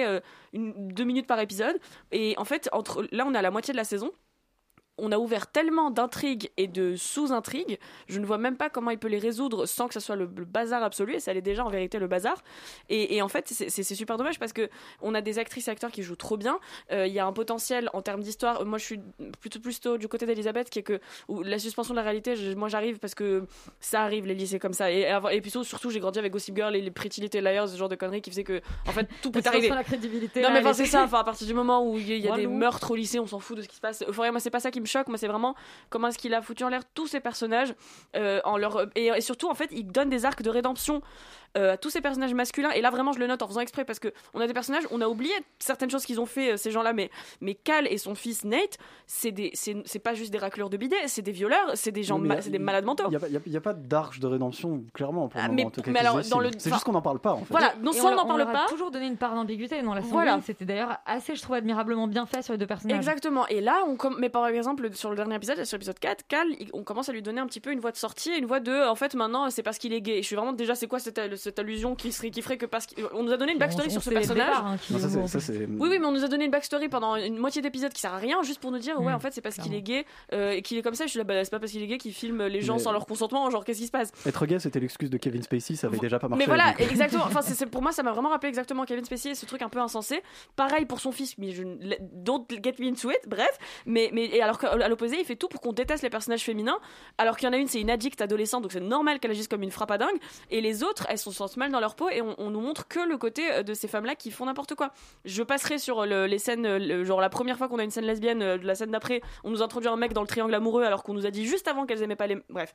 2 minutes par épisode, et en fait là on est à la moitié de la saison. On a ouvert tellement d'intrigues et de sous-intrigues, je ne vois même pas comment il peut les résoudre sans que ça soit le bazar absolu, et ça l'est déjà en vérité le bazar. Et en fait, c'est super dommage parce que on a des actrices et acteurs qui jouent trop bien. Il y a un potentiel en termes d'histoire. Moi, je suis plutôt du côté d'Elisabeth, qui est que où la suspension de la réalité. Moi, j'arrive parce que ça arrive les lycées comme ça. Et puis surtout, j'ai grandi avec Gossip Girl et les Pretty Little Liars, ce genre de conneries qui faisait que, en fait, tout peut arriver. La crédibilité. Non, mais enfin, c'est ça. Enfin, à partir du moment où il y a des meurtres au lycée, on s'en fout de ce qui se passe. Moi, c'est pas ça qui me choque. Moi, c'est vraiment comment est-ce qu'il a foutu en l'air tous ces personnages et surtout en fait il donne des arcs de rédemption à tous ces personnages masculins, et là vraiment je le note en faisant exprès parce que on a des personnages, on a oublié certaines choses qu'ils ont fait ces gens-là, mais Cal et son fils Nate, c'est pas juste des racleurs de bidets, c'est des violeurs, c'est des gens c'est des malades mentaux. Il y a pas d'arc de rédemption clairement pour le moment, en tout cas, mais alors c'est juste qu'on n'en parle pas en fait. Voilà, non seulement on n'en parle pas, toujours donné une part d'ambiguïté dans la série. Voilà. C'était d'ailleurs assez, je trouve, admirablement bien fait sur les deux personnages. Exactement, et là mais par exemple sur le dernier épisode, sur l'épisode 4, Cal, on commence à lui donner un petit peu une voie de sortie, une voie de en fait maintenant c'est parce qu'il est gay. Et je suis vraiment déjà, c'est quoi cette allusion qui ferait que parce qu'on nous a donné une backstory sur ce personnage. Oui, mais on nous a donné une backstory pendant une moitié d'épisode qui sert à rien, juste pour nous dire ouais en fait c'est parce qu'il est gay et qu'il est comme ça. Je suis là, c'est pas parce qu'il est gay qu'il filme les gens sans leur consentement, genre qu'est-ce qui se passe. Être gay c'était l'excuse de Kevin Spacey, ça avait déjà pas marché. Mais voilà, exactement. Enfin pour moi ça m'a vraiment rappelé exactement Kevin Spacey et ce truc un peu insensé. Pareil pour son fils, mais don't get me into it. Bref, mais alors qu'à l'opposé il fait tout pour qu'on déteste les personnages féminins, alors qu'il y en a une c'est une addict adolescente, donc c'est normal qu'elle agisse comme une frappe à dingue, et les autres elles se sentent mal dans leur peau, et on nous montre que le côté de ces femmes là qui font n'importe quoi. Je passerai sur les scènes, genre la première fois qu'on a une scène lesbienne, la scène d'après on nous introduit un mec dans le triangle amoureux alors qu'on nous a dit juste avant qu'elles aimaient pas les... Bref,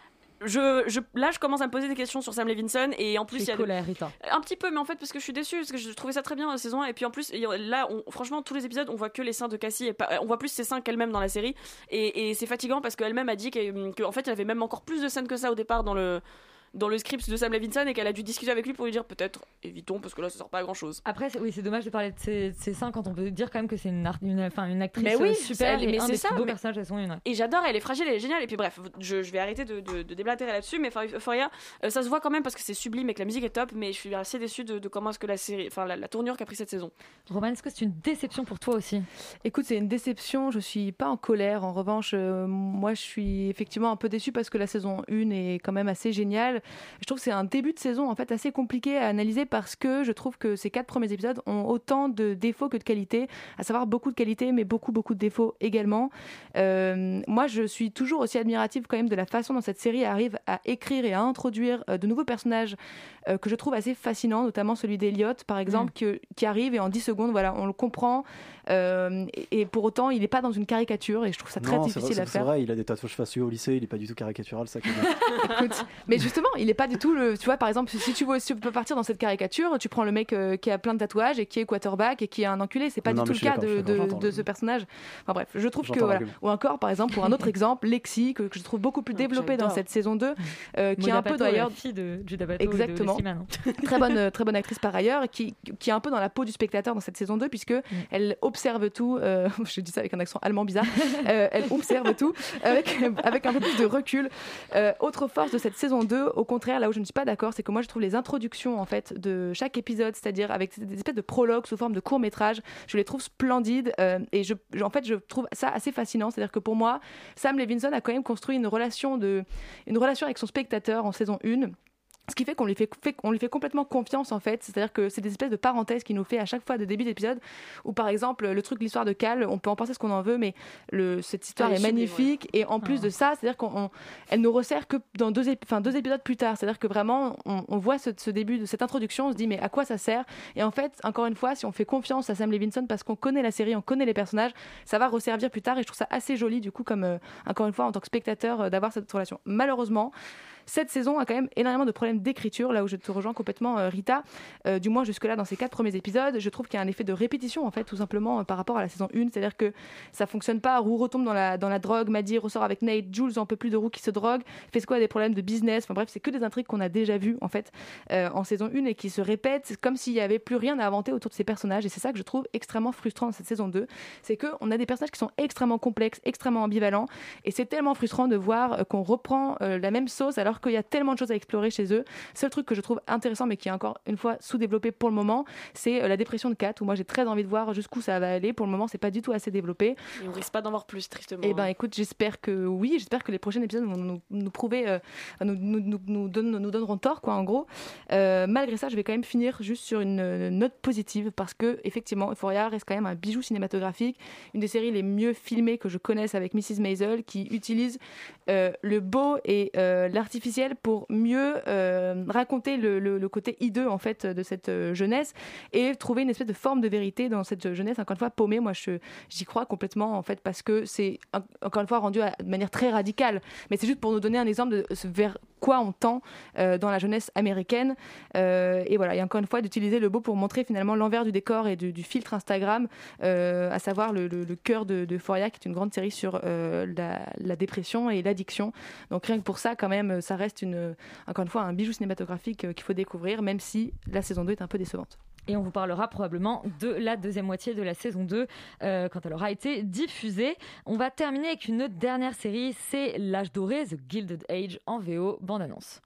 là je commence à me poser des questions sur Sam Levinson, et en plus il y a colère, Rita. Un petit peu, mais en fait parce que je suis déçue, parce que je trouvais ça très bien la saison 1, et puis en plus là franchement tous les épisodes on voit que les seins de Cassie, et on voit plus ses seins qu'elle-même dans la série, et c'est fatigant parce qu'elle-même a dit qu'en fait il y avait même encore plus de scènes que ça au départ dans le script de Sam Levinson, et qu'elle a dû discuter avec lui pour lui dire peut-être évitons parce que là ça sort pas à grand chose. Après c'est dommage de parler de ses seins quand on peut dire quand même que c'est une actrice mais oui, super, et un des plus beaux personnages de la saison 1. Et j'adore, elle est fragile, elle est géniale, et puis bref je vais arrêter de déblatérer là-dessus, mais Euphoria ça se voit quand même parce que c'est sublime et que la musique est top, mais je suis assez déçue de comment est-ce que la série, enfin la tournure qu'a pris cette saison. Romane, est-ce que c'est une déception pour toi aussi? Écoute, c'est une déception, je suis pas en colère, en revanche moi je suis effectivement un peu déçue parce que la saison 1 est quand même assez géniale. Je trouve que c'est un début de saison en fait assez compliqué à analyser parce que je trouve que ces 4 premiers épisodes ont autant de défauts que de qualités, à savoir beaucoup de qualités mais beaucoup de défauts également. Moi je suis toujours aussi admirative quand même de la façon dont cette série arrive à écrire et à introduire de nouveaux personnages que je trouve assez fascinants, notamment celui d'Eliot par exemple, qui arrive et en 10 secondes voilà, on le comprend, et pour autant il n'est pas dans une caricature, et je trouve ça très difficile à faire. C'est vrai, il a des tatouages faciaux au lycée, il n'est pas du tout caricatural, ça. Écoute, mais justement il est pas du tout tu vois, par exemple, si tu peux partir dans cette caricature, tu prends le mec qui a plein de tatouages et qui est quarterback et qui est un enculé, c'est pas du tout le cas de ce personnage. Enfin bref, je trouve que voilà. Ou encore, par exemple, pour un autre exemple, Lexi, que je trouve beaucoup plus développée dans cette saison 2, qui est un peu d'ailleurs la fille de Judah Apatow. Exactement. Et de Seaman. très bonne actrice par ailleurs, qui est un peu dans la peau du spectateur dans cette saison 2, puisque elle observe tout. Je dis ça avec un accent allemand bizarre. Elle observe tout avec un peu plus de recul. Autre force de cette saison 2, au contraire, là où je ne suis pas d'accord, c'est que moi je trouve les introductions en fait de chaque épisode, c'est-à-dire avec des espèces de prologues sous forme de court-métrage, je les trouve splendides et je trouve ça assez fascinant. C'est-à-dire que pour moi, Sam Levinson a quand même construit une relation avec son spectateur en saison 1. Ce qui fait qu'on lui fait complètement confiance en fait, c'est-à-dire que c'est des espèces de parenthèses qu'il nous fait à chaque fois de début d'épisode, où par exemple le truc, l'histoire de Cal, on peut en penser ce qu'on en veut, mais cette histoire est magnifique, et en plus de ça, c'est-à-dire qu'elle nous resserre que dans deux épisodes plus tard, c'est-à-dire que vraiment on voit ce début de cette introduction, on se dit mais à quoi ça sert, et en fait encore une fois, si on fait confiance à Sam Levinson parce qu'on connaît la série, on connaît les personnages, ça va resservir plus tard, et je trouve ça assez joli du coup comme encore une fois en tant que spectateur d'avoir cette relation. Malheureusement, cette saison a quand même énormément de problèmes d'écriture, là où je te rejoins complètement Rita, du moins jusque-là dans ces 4 premiers épisodes. Je trouve qu'il y a un effet de répétition en fait, tout simplement par rapport à la saison 1, c'est-à-dire que ça fonctionne pas, Roux retombe dans la drogue, Maddie ressort avec Nate, Jules en peut plus de Roux qui se drogue, Fesco a des problèmes de business, enfin bref, c'est que des intrigues qu'on a déjà vues en fait en saison 1 et qui se répètent, c'est comme s'il y avait plus rien à inventer autour de ces personnages, et c'est ça que je trouve extrêmement frustrant dans cette saison 2, c'est qu'on a des personnages qui sont extrêmement complexes, extrêmement ambivalents, et c'est tellement frustrant de voir qu'on reprend la même sauce alors qu'il y a tellement de choses à explorer chez eux. Seul truc que je trouve intéressant mais qui est encore une fois sous-développé pour le moment, c'est la dépression de Kat, où moi j'ai très envie de voir jusqu'où ça va aller. Pour le moment c'est pas du tout assez développé. Et on risque pas d'en voir plus tristement. Et ben écoute, j'espère que les prochains épisodes vont nous prouver, nous donneront tort quoi en gros. Malgré ça, je vais quand même finir juste sur une note positive, parce que effectivement Euphoria reste quand même un bijou cinématographique, une des séries les mieux filmées que je connaisse, avec Mrs. Maisel qui utilise le beau et l'artificiel pour mieux raconter le côté hideux en fait de cette jeunesse et trouver une espèce de forme de vérité dans cette jeunesse encore une fois paumée. Moi j'y crois complètement en fait, parce que c'est encore une fois rendu de manière très radicale, mais c'est juste pour nous donner un exemple de vers quoi on tend dans la jeunesse américaine, et voilà, et encore une fois d'utiliser le beau pour montrer finalement l'envers du décor et du filtre Instagram, à savoir le cœur de Euphoria, qui est une grande série sur la dépression et l'addiction. Donc rien que pour ça quand même, ça reste encore une fois un bijou cinématographique qu'il faut découvrir, même si la saison 2 est un peu décevante. Et on vous parlera probablement de la deuxième moitié de la saison 2 quand elle aura été diffusée. On va terminer avec une dernière série, c'est L'Âge doré, The Gilded Age en VO, bande-annonce.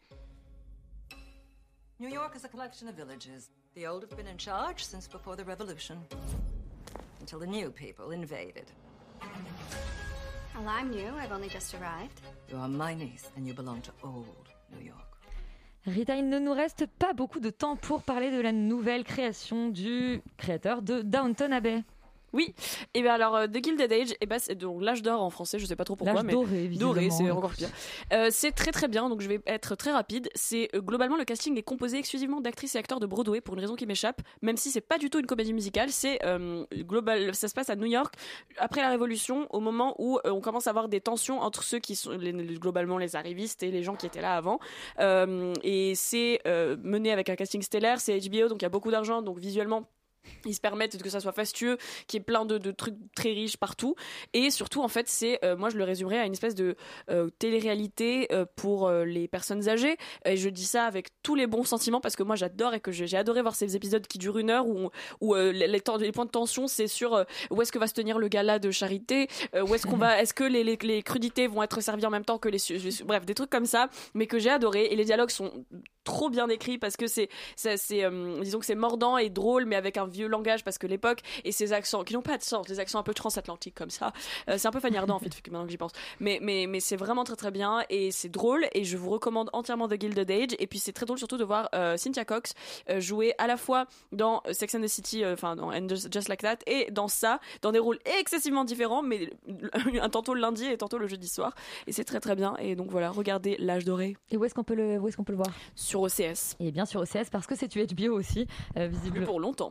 New York is a collection of villages. The old have been in charge since before the revolution, until the new people invaded. Well, I'm new. I've only just arrived. You are my niece, and you belong to old New York. Rita, il ne nous reste pas beaucoup de temps pour parler de la nouvelle création du créateur de Downton Abbey. Oui, et bien alors The Gilded Age, et ben c'est donc l'âge d'or en français, je sais pas trop pourquoi, l'âge mais doré, c'est encore pire. C'est très très bien, donc je vais être très rapide. C'est globalement le casting est composé exclusivement d'actrices et acteurs de Broadway pour une raison qui m'échappe, même si c'est pas du tout une comédie musicale. C'est ça se passe à New York après la Révolution, au moment où on commence à avoir des tensions entre ceux qui sont globalement les arrivistes et les gens qui étaient là avant. Et c'est mené avec un casting stellaire. C'est HBO, donc il y a beaucoup d'argent, donc visuellement ils se permettent que ça soit fastueux, qu'il y ait plein de trucs très riches partout, et surtout en fait c'est moi je le résumerais à une espèce de télé-réalité pour les personnes âgées, et je dis ça avec tous les bons sentiments parce que moi j'adore et que j'ai adoré voir ces épisodes qui durent 1 heure où les points de tension c'est sur où est-ce que va se tenir le gala de charité, où est-ce que les crudités vont être servies en même temps que bref, des trucs comme ça, mais que j'ai adoré, et les dialogues sont trop bien écrits parce que c'est disons que c'est mordant et drôle, mais avec un vieux langage parce que l'époque, et ces accents qui n'ont pas de sens, des accents un peu transatlantiques comme ça, c'est un peu fagnardant en fait maintenant que j'y pense, mais c'est vraiment très très bien et c'est drôle, et je vous recommande entièrement The Gilded Age. Et puis c'est très drôle surtout de voir Cynthia Cox jouer à la fois dans Sex and the City, enfin dans And Just Like That, et dans ça, dans des rôles excessivement différents, mais tantôt le lundi et tantôt le jeudi soir, et c'est très très bien. Et donc voilà, regardez L'Âge doré. Et où est-ce qu'on peut le voir? Sur OCS. Et bien sur OCS, parce que c'est du HBO aussi, visiblement. Pour longtemps.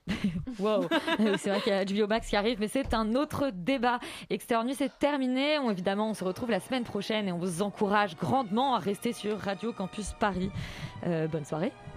Wow, c'est vrai qu'il y a HBO Max qui arrive, mais c'est un autre débat. Extérieur Nuit, c'est terminé. Évidemment, on se retrouve la semaine prochaine et on vous encourage grandement à rester sur Radio Campus Paris. Bonne soirée.